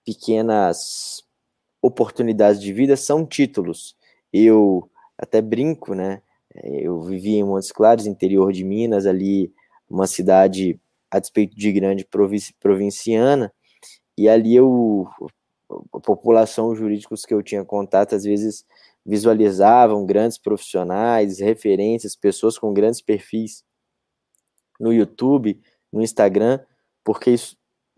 pequenas oportunidades de vida são títulos. Eu até brinco, né? Eu vivi em Montes Claros, interior de Minas, ali uma cidade a despeito de grande provinciana, e ali eu, a população jurídicos que eu tinha contato, às vezes visualizavam grandes profissionais, referências, pessoas com grandes perfis no YouTube, no Instagram, porque isso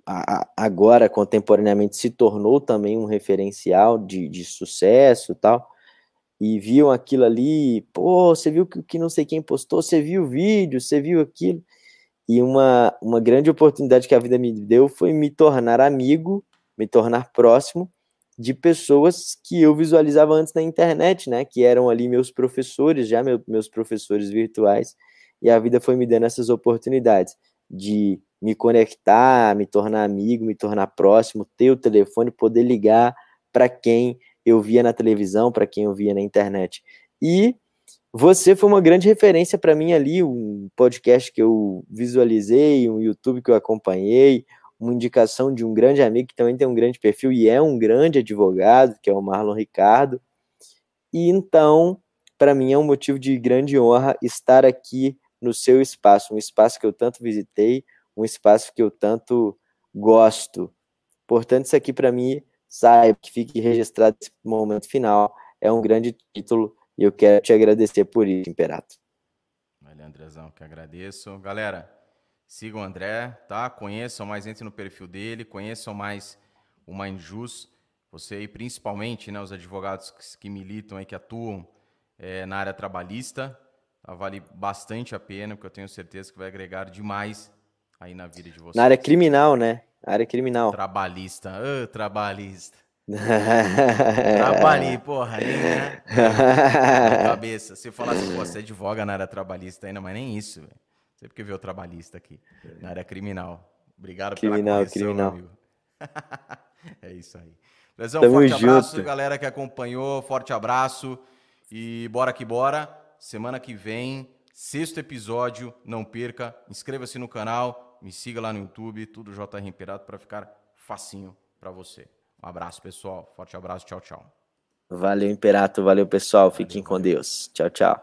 agora, contemporaneamente, se tornou também um referencial de, de sucesso e tal, e viam aquilo ali, pô, você viu que, que não sei quem postou, você viu o vídeo, você viu aquilo, e uma, uma grande oportunidade que a vida me deu foi me tornar amigo, me tornar próximo de pessoas que eu visualizava antes na internet, né, que eram ali meus professores, já meu, meus professores virtuais, e a vida foi me dando essas oportunidades de me conectar, me tornar amigo, me tornar próximo, ter o telefone, poder ligar para quem eu via na televisão, para quem eu via na internet. E você foi uma grande referência para mim ali, um podcast que eu visualizei, um YouTube que eu acompanhei, uma indicação de um grande amigo que também tem um grande perfil e é um grande advogado, que é o Marlon Ricardo. E então, para mim é um motivo de grande honra estar aqui no seu espaço, um espaço que eu tanto visitei, um espaço que eu tanto gosto. Portanto, isso aqui para mim, saiba que fique registrado esse momento final, é um grande título e eu quero te agradecer por isso, Imperato. Valeu, Andrezão, que agradeço. Galera, sigam o André, tá? Conheçam mais, entrem no perfil dele, conheçam mais o Mindjus. Você aí, principalmente, né, os advogados que, que militam aí, que atuam é, na área trabalhista, tá? Vale bastante a pena, porque eu tenho certeza que vai agregar demais aí na vida de vocês. Na área criminal, né? Área criminal. Trabalhista, oh, trabalhista. Trabalhei, porra, nem, né? Na cabeça. Se eu falasse, pô, você advoga na área trabalhista ainda, mas nem isso, velho. Você porque viu o trabalhista aqui, na área criminal. Obrigado criminal, pela correção, criminal. meu amigo. É isso aí. Lesão, Tamo forte junto. abraço, galera que acompanhou, forte abraço. E bora que bora. Semana que vem, sexto episódio, não perca. Inscreva-se no canal, me siga lá no YouTube, tudo J R Imperato, para ficar facinho para você. Um abraço, pessoal. Forte abraço. Tchau, tchau. Valeu, Imperato. Valeu, pessoal. Valeu, Fiquem com valeu. Deus. Tchau, tchau.